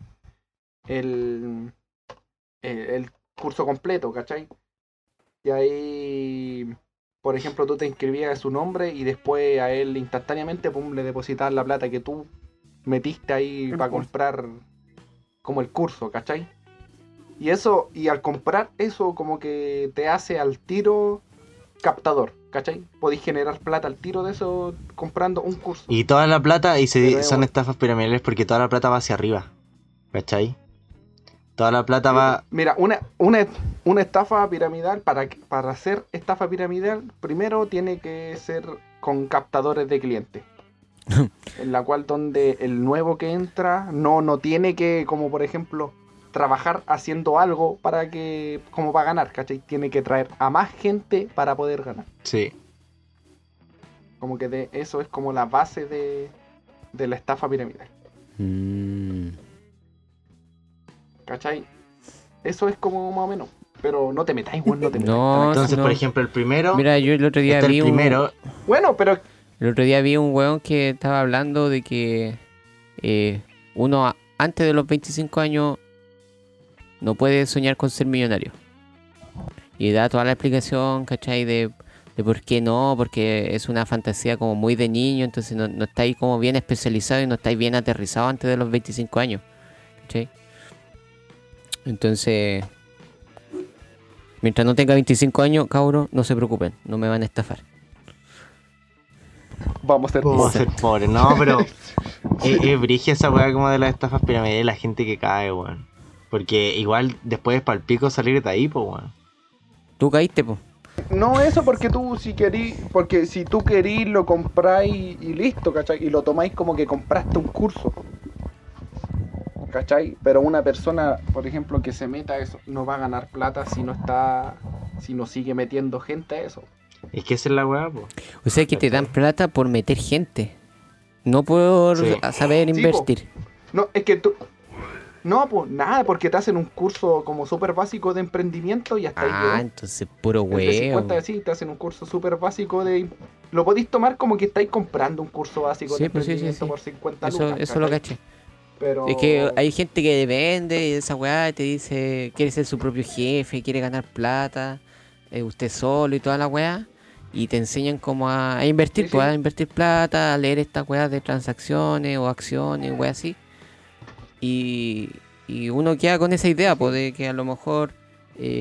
S2: el curso completo, ¿cachai? Y ahí, por ejemplo, tú te inscribías a su nombre y después a él instantáneamente, pum, le depositabas la plata que tú metiste ahí
S4: El
S2: para
S4: curso.
S2: comprar como el curso, ¿cachai? Y eso, y al comprar eso como que te hace al tiro captador, ¿cachai? Podéis generar plata al tiro de eso comprando un curso.
S1: Y toda la plata, y
S2: Pero es
S1: son
S2: bueno.
S1: estafas piramidales porque toda la plata va hacia arriba. ¿Cachai? Toda la plata va.
S2: Mira, una estafa piramidal, para hacer estafa piramidal, primero tiene que ser con captadores de clientes. En la cual donde el nuevo que entra no tiene que, como por ejemplo, trabajar haciendo algo como para ganar, ¿cachai? Tiene que traer a más gente para poder ganar.
S1: Sí.
S2: Como que eso es como la base de la estafa piramidal. ¿Cachai? Eso es como más o menos. Pero no te metáis, weón, no te metáis.
S3: No,
S1: Entonces,
S3: no.
S1: por ejemplo, el primero.
S3: Mira, yo el otro día
S1: está
S3: vi
S1: el primero.
S2: Bueno, pero
S3: el otro día vi un weón que estaba hablando de que uno antes de los 25 años no puede soñar con ser millonario. Y da toda la explicación, ¿cachai? De por qué no, porque es una fantasía como muy de niño, entonces no estáis como bien especializado y no estáis bien aterrizado antes de los 25 años, ¿cachai? Entonces, mientras no tenga 25 años, cabros, no se preocupen, no me van a estafar.
S2: vamos a ser
S1: Vamos a ser pobres. No, pero. Es brigia esa weá como de las estafas piramidales y la gente que cae, weón. Porque igual después es palpico salir de ahí, pues, weón.
S3: Tú caíste, po.
S2: No, eso porque tú si querís, porque si tú querís lo compráis y listo, ¿cachai? Y lo tomáis como que compraste un curso, ¿cachai? Pero una persona, por ejemplo, que se meta a eso, no va a ganar plata si no sigue metiendo gente a eso.
S1: Es que esa es la weá, pues.
S3: O sea que te dan plata por meter gente, no por
S1: Sí.
S3: saber
S2: Sí, po.
S3: invertir.
S2: No, es que tú... No, pues nada, porque te hacen un curso como súper básico de emprendimiento y hasta ahí
S3: Ah,
S2: quedó.
S3: entonces puro
S2: El de
S3: huevo.
S2: 50 sí, te hacen un curso súper básico de... Lo podéis tomar como que estáis comprando un curso básico
S3: Sí,
S2: de
S3: pues sí,
S2: emprendimiento
S3: sí.
S2: por 50
S3: Eso,
S2: lucas.
S3: eso lo
S2: ¿cachai?
S3: caché.
S2: Pero...
S3: Es que hay gente que vende y esa weá te dice, quiere ser su propio jefe, quiere ganar plata, usted solo y toda la weá. Y te enseñan como a invertir,
S2: Sí,
S3: pues,
S2: sí.
S3: a invertir plata, a leer estas weas de transacciones o acciones, weas así. Y uno queda con esa idea, pues, de que a lo mejor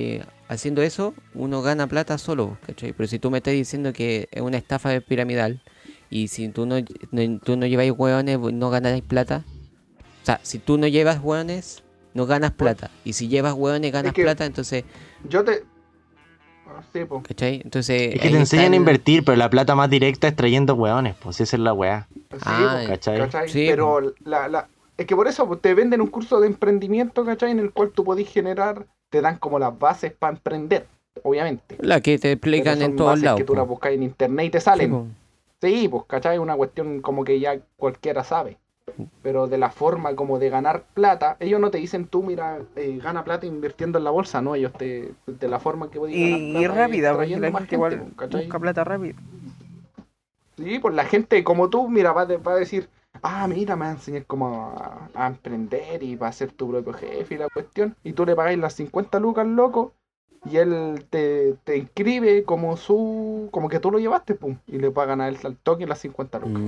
S3: haciendo eso, uno gana plata solo, ¿cachai? Pero si tú me estás diciendo que es una estafa piramidal y si tú no lleváis hueones, no ganáis plata. O sea, si tú no llevas hueones, no ganas plata. Y si llevas hueones, ganas
S2: que-
S3: plata, entonces,
S2: Yo te. Sí, po.
S3: ¿cachai? Entonces,
S1: Es que
S3: ahí
S1: te
S3: está
S1: enseñan a
S3: el-
S1: invertir, pero la plata más directa es trayendo hueones, pues esa es la weá.
S2: Sí,
S3: Ah,
S2: po,
S1: ¿cachai?
S3: Sí,
S2: Pero es que por eso pues, te venden un curso de emprendimiento, ¿cachai? En el cual tú podés generar, te dan como las bases para emprender, obviamente.
S3: La que te
S2: Pero
S3: explican
S2: son
S3: en todos
S2: bases
S3: lados.
S2: que tú las
S3: po.
S2: buscas en internet y te
S3: Sí,
S2: salen.
S3: po.
S2: Sí, pues, ¿cachai? Es una cuestión como que ya cualquiera sabe. Pero de la forma como de ganar plata, ellos no te dicen tú, mira, gana plata invirtiendo en la bolsa, ¿no? Ellos de la forma que podés ganar
S4: Y
S2: plata es
S4: rápida, porque
S2: trayendo
S4: la
S2: más
S4: gente igual
S2: pues, ¿cachai?
S4: busca plata rápido.
S2: Sí, pues la gente como tú, mira, va a decir, mira, me va a enseñar cómo a emprender y va a ser tu propio jefe y la cuestión. Y tú le pagáis las 50 lucas, loco, y él te inscribe como que tú lo llevaste, pum, y le pagan a él al toque las 50 lucas.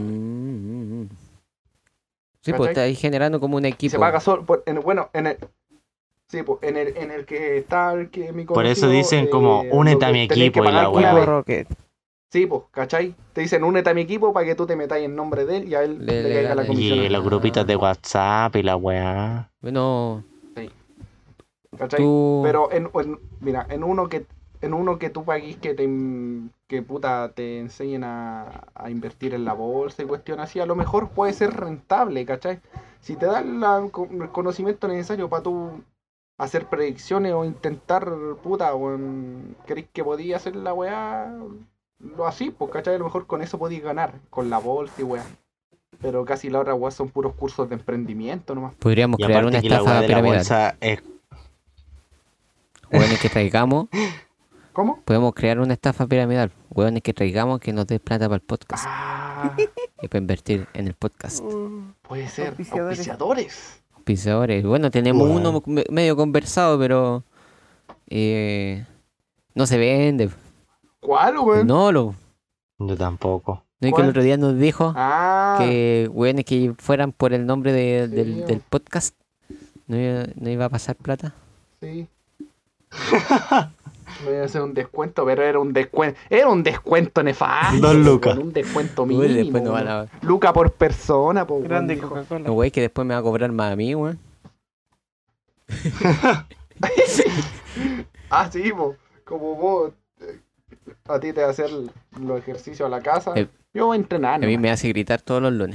S3: Sí, pues
S2: ¿Cachai?
S3: está ahí generando como un
S2: Y
S3: equipo.
S2: se paga solo, sí, pues, en el que está el que mi
S1: Por eso
S2: conocido,
S1: dicen como,
S2: lo
S1: únete
S2: que
S1: a mi
S2: tenés que
S1: equipo y la
S2: pagar una
S1: weá.
S2: vez.
S4: Rocket.
S2: Sí, pues, ¿cachai? Te dicen, únete a mi equipo para que tú te metáis en nombre de él y a él
S3: Le
S2: le caiga la
S3: ganes.
S2: comisión.
S1: Y
S2: a él,
S1: los grupitos de WhatsApp y la weá.
S3: Bueno,
S2: ¿cachai?
S3: tú...
S2: Pero mira, en uno que tú paguís que puta te enseñen a invertir en la bolsa y cuestión así, a lo mejor puede ser rentable, ¿cachai? Si te dan el conocimiento necesario para tú hacer predicciones o intentar, puta, o creéis que podías hacer la weá, lo así, pues, ¿cachai? A lo mejor con eso podéis ganar, con la bolsa y weá. Pero casi la otra weá son puros cursos de emprendimiento nomás.
S3: Podríamos
S1: Y
S3: crear
S1: aparte
S3: una
S1: que la weá
S3: estafa
S1: de la
S3: piramidal.
S1: bolsa es...
S3: Hueones que traigamos,
S2: ¿Cómo?
S3: podemos crear una estafa piramidal. Hueones que traigamos que nos dé plata para el podcast
S2: Ah,
S3: y para invertir en el podcast.
S2: puede ser.
S4: Auspiciadores.
S2: Auspiciadores.
S3: Pisadores. Bueno, tenemos
S1: Wow.
S3: uno medio conversado, pero no se vende.
S2: ¿Cuál, weón?
S3: No, lo
S1: Yo tampoco.
S3: no es que
S2: ¿Cuál?
S3: el otro día nos dijo
S2: Ah,
S3: que hueones que fueran por el nombre
S2: Sí,
S3: del podcast no iba a pasar plata.
S2: sí. Me voy a hacer un descuento, pero era un descuento nefasto.
S1: 2 lucas.
S2: weón, un descuento
S3: Uy,
S2: mínimo.
S3: después nos van
S2: weón.
S3: a...
S2: Luca por persona, po, weón,
S4: Grande
S2: dijo.
S4: Coca-Cola.
S3: No, güey, que después me va a cobrar más a mí, weón.
S2: Sí, po. Como vos, a ti te va a hacer los ejercicios a la casa.
S3: Eh,
S2: Yo voy a entrenar.
S3: A mí
S2: nomás.
S3: me hace gritar todos los lunes.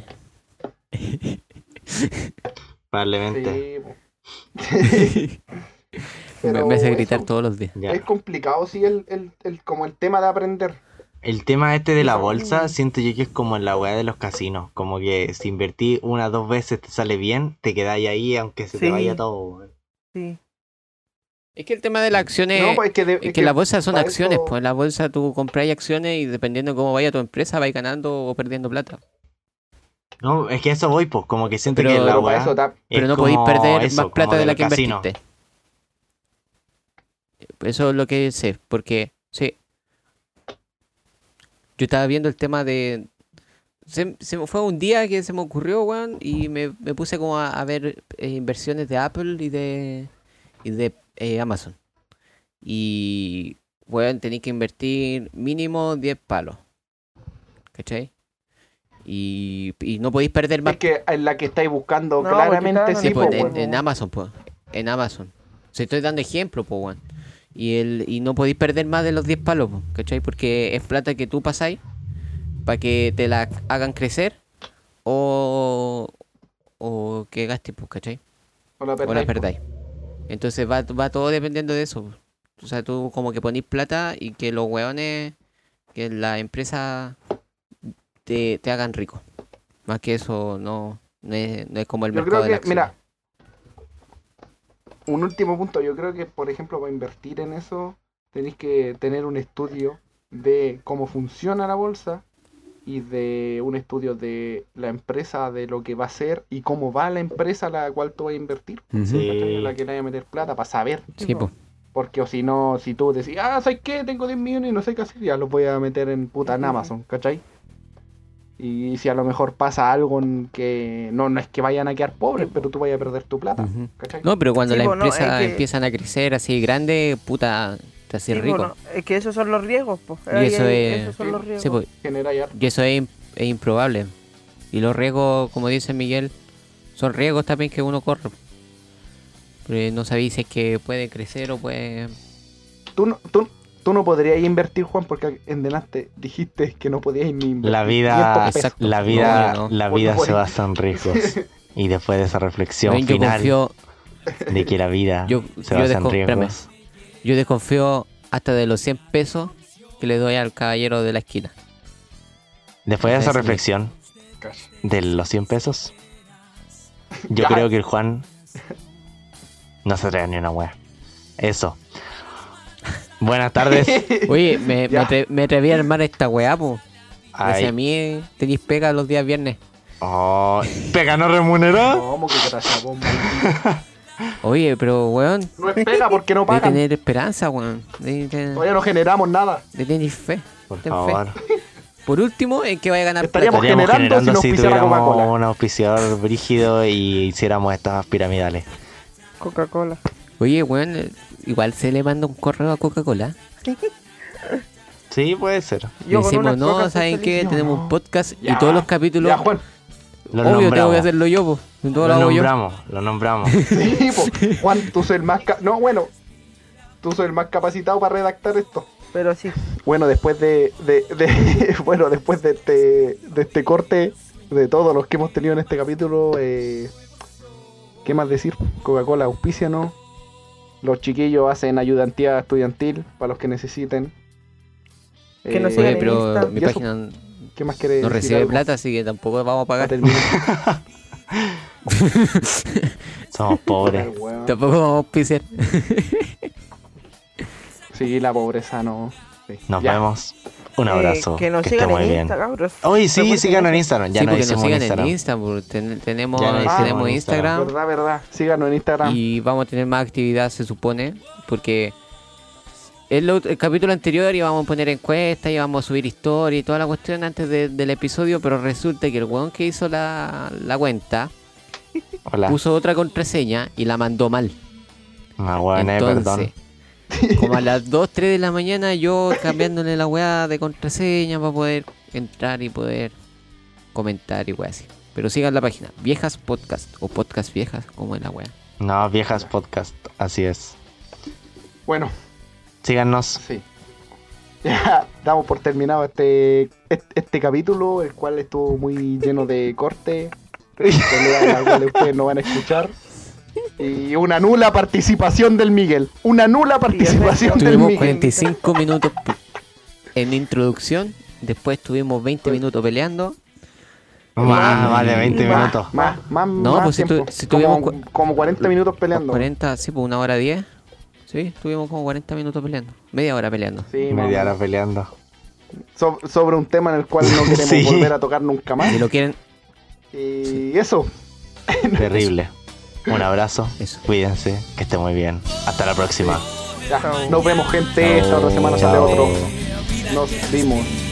S1: Probablemente.
S2: Sí, po. Pero
S3: Me hace gritar
S2: eso,
S3: todos los días.
S1: Ya.
S2: Es complicado, sí, como el tema de aprender.
S1: El tema este de la
S2: Esa
S1: bolsa,
S2: weá.
S1: siento yo que es como en la weá de los casinos. Como que si invertí 1 o 2 veces te sale bien, te quedáis ahí aunque se te
S4: Sí.
S1: vaya todo. weón.
S4: Sí.
S3: Es que el tema de las acciones...
S2: No, pues
S3: Es que las bolsas son
S2: para
S3: acciones,
S2: eso-
S3: pues en la bolsa tú compras acciones y dependiendo de cómo vaya tu empresa, vais ganando o perdiendo plata.
S1: No, es que a eso voy, pues, como que siento
S3: Pero-
S1: que la
S2: Pero para
S1: weá
S2: eso
S1: es
S3: Pero no podéis
S1: como
S3: perder
S1: eso,
S3: más plata
S1: como
S3: de la
S1: los
S3: que
S1: casinos.
S3: invertiste. Eso es lo que sé, porque sí. Yo estaba viendo el tema de... Se me fue un día que se me ocurrió, weón, y me puse como a ver inversiones de Apple y de Amazon. Y, weón, tenéis que invertir mínimo 10 palos. ¿Cachai? Y no podéis perder más.
S2: Es que en la que estáis buscando,
S4: No,
S2: claramente
S4: porque
S2: sí,
S3: Sí,
S4: estaban
S3: pues,
S2: po,
S4: tipo,
S2: weón.
S3: en Amazon, pues. En Amazon. Se estoy dando ejemplo, pues, weón. Y no podéis perder más de los 10 palos, po, ¿cachai? Porque es plata que tú pasáis para que te la hagan crecer o que gastes, pues, ¿cachai?
S2: O la
S3: O la
S2: perdáis, po.
S3: perdáis. Entonces va todo dependiendo de eso. Po. O sea, tú como que ponís plata y que los weones, que la empresa te hagan rico. Más que eso no es como el
S2: Yo
S3: mercado
S2: creo
S3: de la
S2: que,
S3: acción.
S2: mira, un último punto, yo creo que, por ejemplo, para invertir en eso, tenéis que tener un estudio de cómo funciona la bolsa y de un estudio de la empresa, de lo que va a hacer y cómo va la empresa a la cual tú vas a invertir,
S3: Ujú.
S1: Sí.
S2: ¿cachai? En la que le vas a meter plata para saber.
S3: Sí, pues.
S2: Porque o si no, si tú decís, ¿sabes qué? Tengo 10 millones y no sé qué hacer, ya los voy a meter en puta en Amazon, ¿cachai? Y si a lo mejor pasa algo en que no es que vayan a quedar pobres, pero tú vayas a perder tu plata,
S3: Ujú.
S2: ¿cachai?
S3: No, pero cuando
S4: Sí,
S3: las
S4: pues, no,
S3: empresas
S4: es que-
S3: empiezan a crecer así grande, puta, te haces
S4: Sí,
S3: rico.
S4: bueno, es que esos son los riesgos, pues.
S3: Y eso es-
S4: Esos son los riesgos.
S3: Sí, pues,
S2: Genera ya.
S3: y eso es improbable. Y los riesgos, como dice Miguel, son riesgos también que uno corre. Pero no sabéis si es que puede crecer o puede...
S2: Tú no podrías invertir, Juan, porque en delante dijiste que no podías ni invertir.
S1: La vida,
S2: 500 pesos.
S3: Exacto.
S1: la vida,
S3: No, no.
S1: la
S2: Por
S1: vida
S2: favor.
S1: se basa en riesgos. Y después de esa reflexión
S3: Ven, yo
S1: final
S3: confío,
S1: de que la vida
S3: yo
S1: se basa en
S3: espérame.
S1: riesgos.
S3: yo desconfío hasta de los 100 pesos que le doy al caballero de la esquina.
S1: Después de esa
S3: Ese-
S1: reflexión
S2: Cash.
S1: de los 100 pesos, yo
S2: Ya.
S1: creo que el Juan no se trae ni una wea. Eso. Buenas tardes.
S3: Oye, me
S2: Ya.
S3: atreví a armar esta weá, po. Gracias a
S1: Ay.
S3: mí tenéis pega los días viernes.
S1: Oh, ¿pega no remuneró?
S2: ¿Cómo que gracias, bomba?
S3: Oye, pero weón,
S2: No es pega porque no
S3: de
S2: pagan.
S3: tener esperanza, weón. De
S2: Todavía no generamos nada.
S3: tener fe.
S1: Por
S3: Ten
S1: favor.
S3: fe. Por último, en que vaya a ganar
S2: Estaríamos
S3: plata.
S1: Estaríamos
S2: generando
S1: generando
S2: si
S1: si
S2: nos auspiciara
S1: tuviéramos
S2: Coca-Cola.
S1: un auspiciador brígido y hiciéramos estas piramidales.
S4: Coca-Cola.
S3: Oye, weón, igual se le manda un correo a Coca-Cola.
S1: Sí, puede ser.
S4: Yo con
S3: Decimos,
S4: unas
S3: no,
S4: cocas
S3: ¿saben
S4: estoy
S3: qué?
S4: feliz.
S3: Tenemos
S2: no.
S3: un podcast
S2: Ya.
S3: y todos los capítulos.
S2: Ya, Juan.
S1: Lo
S3: Obvio, tengo
S1: nombramos.
S3: que hacerlo yo, po. Todo lo
S1: Lo
S3: hago yo.
S1: nombramos, lo nombramos.
S2: Sí, po. Juan, tú soy el más... No, bueno. Tú soy el más capacitado para redactar esto.
S4: Pero sí.
S2: Bueno, después bueno, después de este corte de todos los que hemos tenido en este capítulo, ¿qué más decir? Coca-Cola auspicia, ¿no? Los chiquillos hacen ayudantía estudiantil para los que necesiten.
S4: Que nos
S3: Oye,
S4: sigan en
S3: pero
S4: Insta.
S3: mi
S2: ¿Y eso?
S3: página
S2: ¿Qué más quiere
S3: no
S2: decir?
S3: recibe
S2: algo
S3: plata, así que tampoco vamos a
S2: para
S3: pagar.
S2: terminar?
S1: Somos pobres.
S2: Ay, weón.
S3: Tampoco vamos a auspiciar.
S2: Sí, la pobreza no. Sí.
S1: Nos
S2: Ya.
S1: vemos. Un abrazo.
S4: Que nos
S1: que
S4: sigan
S1: esté muy
S4: en
S1: bien.
S4: Insta, cabros.
S1: Hoy sí,
S4: Recuerden
S1: síganos en
S4: eso.
S1: Instagram. Ya
S3: Sí,
S1: nos
S3: porque nos
S1: hicimos
S3: sigan
S1: Instagram.
S3: en Instagram. Tenemos,
S1: Ya nos
S2: hicimos
S3: tenemos
S1: en
S3: Instagram.
S2: Verdad. Síganos en Instagram.
S3: Y vamos a tener más actividad, se supone. Porque el capítulo anterior íbamos a poner encuestas, íbamos a subir historia y toda la cuestión antes del episodio. Pero resulta que el weón que hizo la cuenta
S1: Hola.
S3: puso otra contraseña y la mandó mal.
S1: Maguane, perdón.
S3: Entonces, como a las 2, 3 de la mañana, yo cambiándole la weá de contraseña para poder entrar y poder comentar y weá así. Pero sigan la página, Viejas Podcast o Podcast Viejas, como es la weá.
S1: No, viejas podcast. Así es.
S2: Bueno,
S1: Síganos.
S2: sí. Ya damos por terminado este capítulo, el cual estuvo muy lleno de cortes, peleas en las cuales ustedes no van a escuchar. Y una nula participación del Miguel. Una nula participación del
S3: Tuvimos
S2: Miguel.
S3: 45 minutos en introducción, después tuvimos 20 minutos peleando.
S1: Más de 20 minutos.
S2: Más
S3: No, pues si
S2: tiempo.
S3: tuvimos
S2: como 40 minutos peleando.
S3: 40, sí, pues 1 hora 10. Sí, tuvimos como 40 minutos peleando. Media hora peleando.
S2: Sí,
S1: Media hora
S2: más-
S1: peleando.
S2: sobre un tema en el cual no queremos
S1: Sí.
S2: volver a tocar nunca más.
S3: Si lo quieren,
S2: Y eso.
S1: Terrible. Un abrazo.
S3: eso.
S1: Cuídense. Que esté muy bien. Hasta la próxima.
S2: Ya, nos vemos, gente. Esta otra semana sale
S1: Chao.
S2: otro. Nos vimos.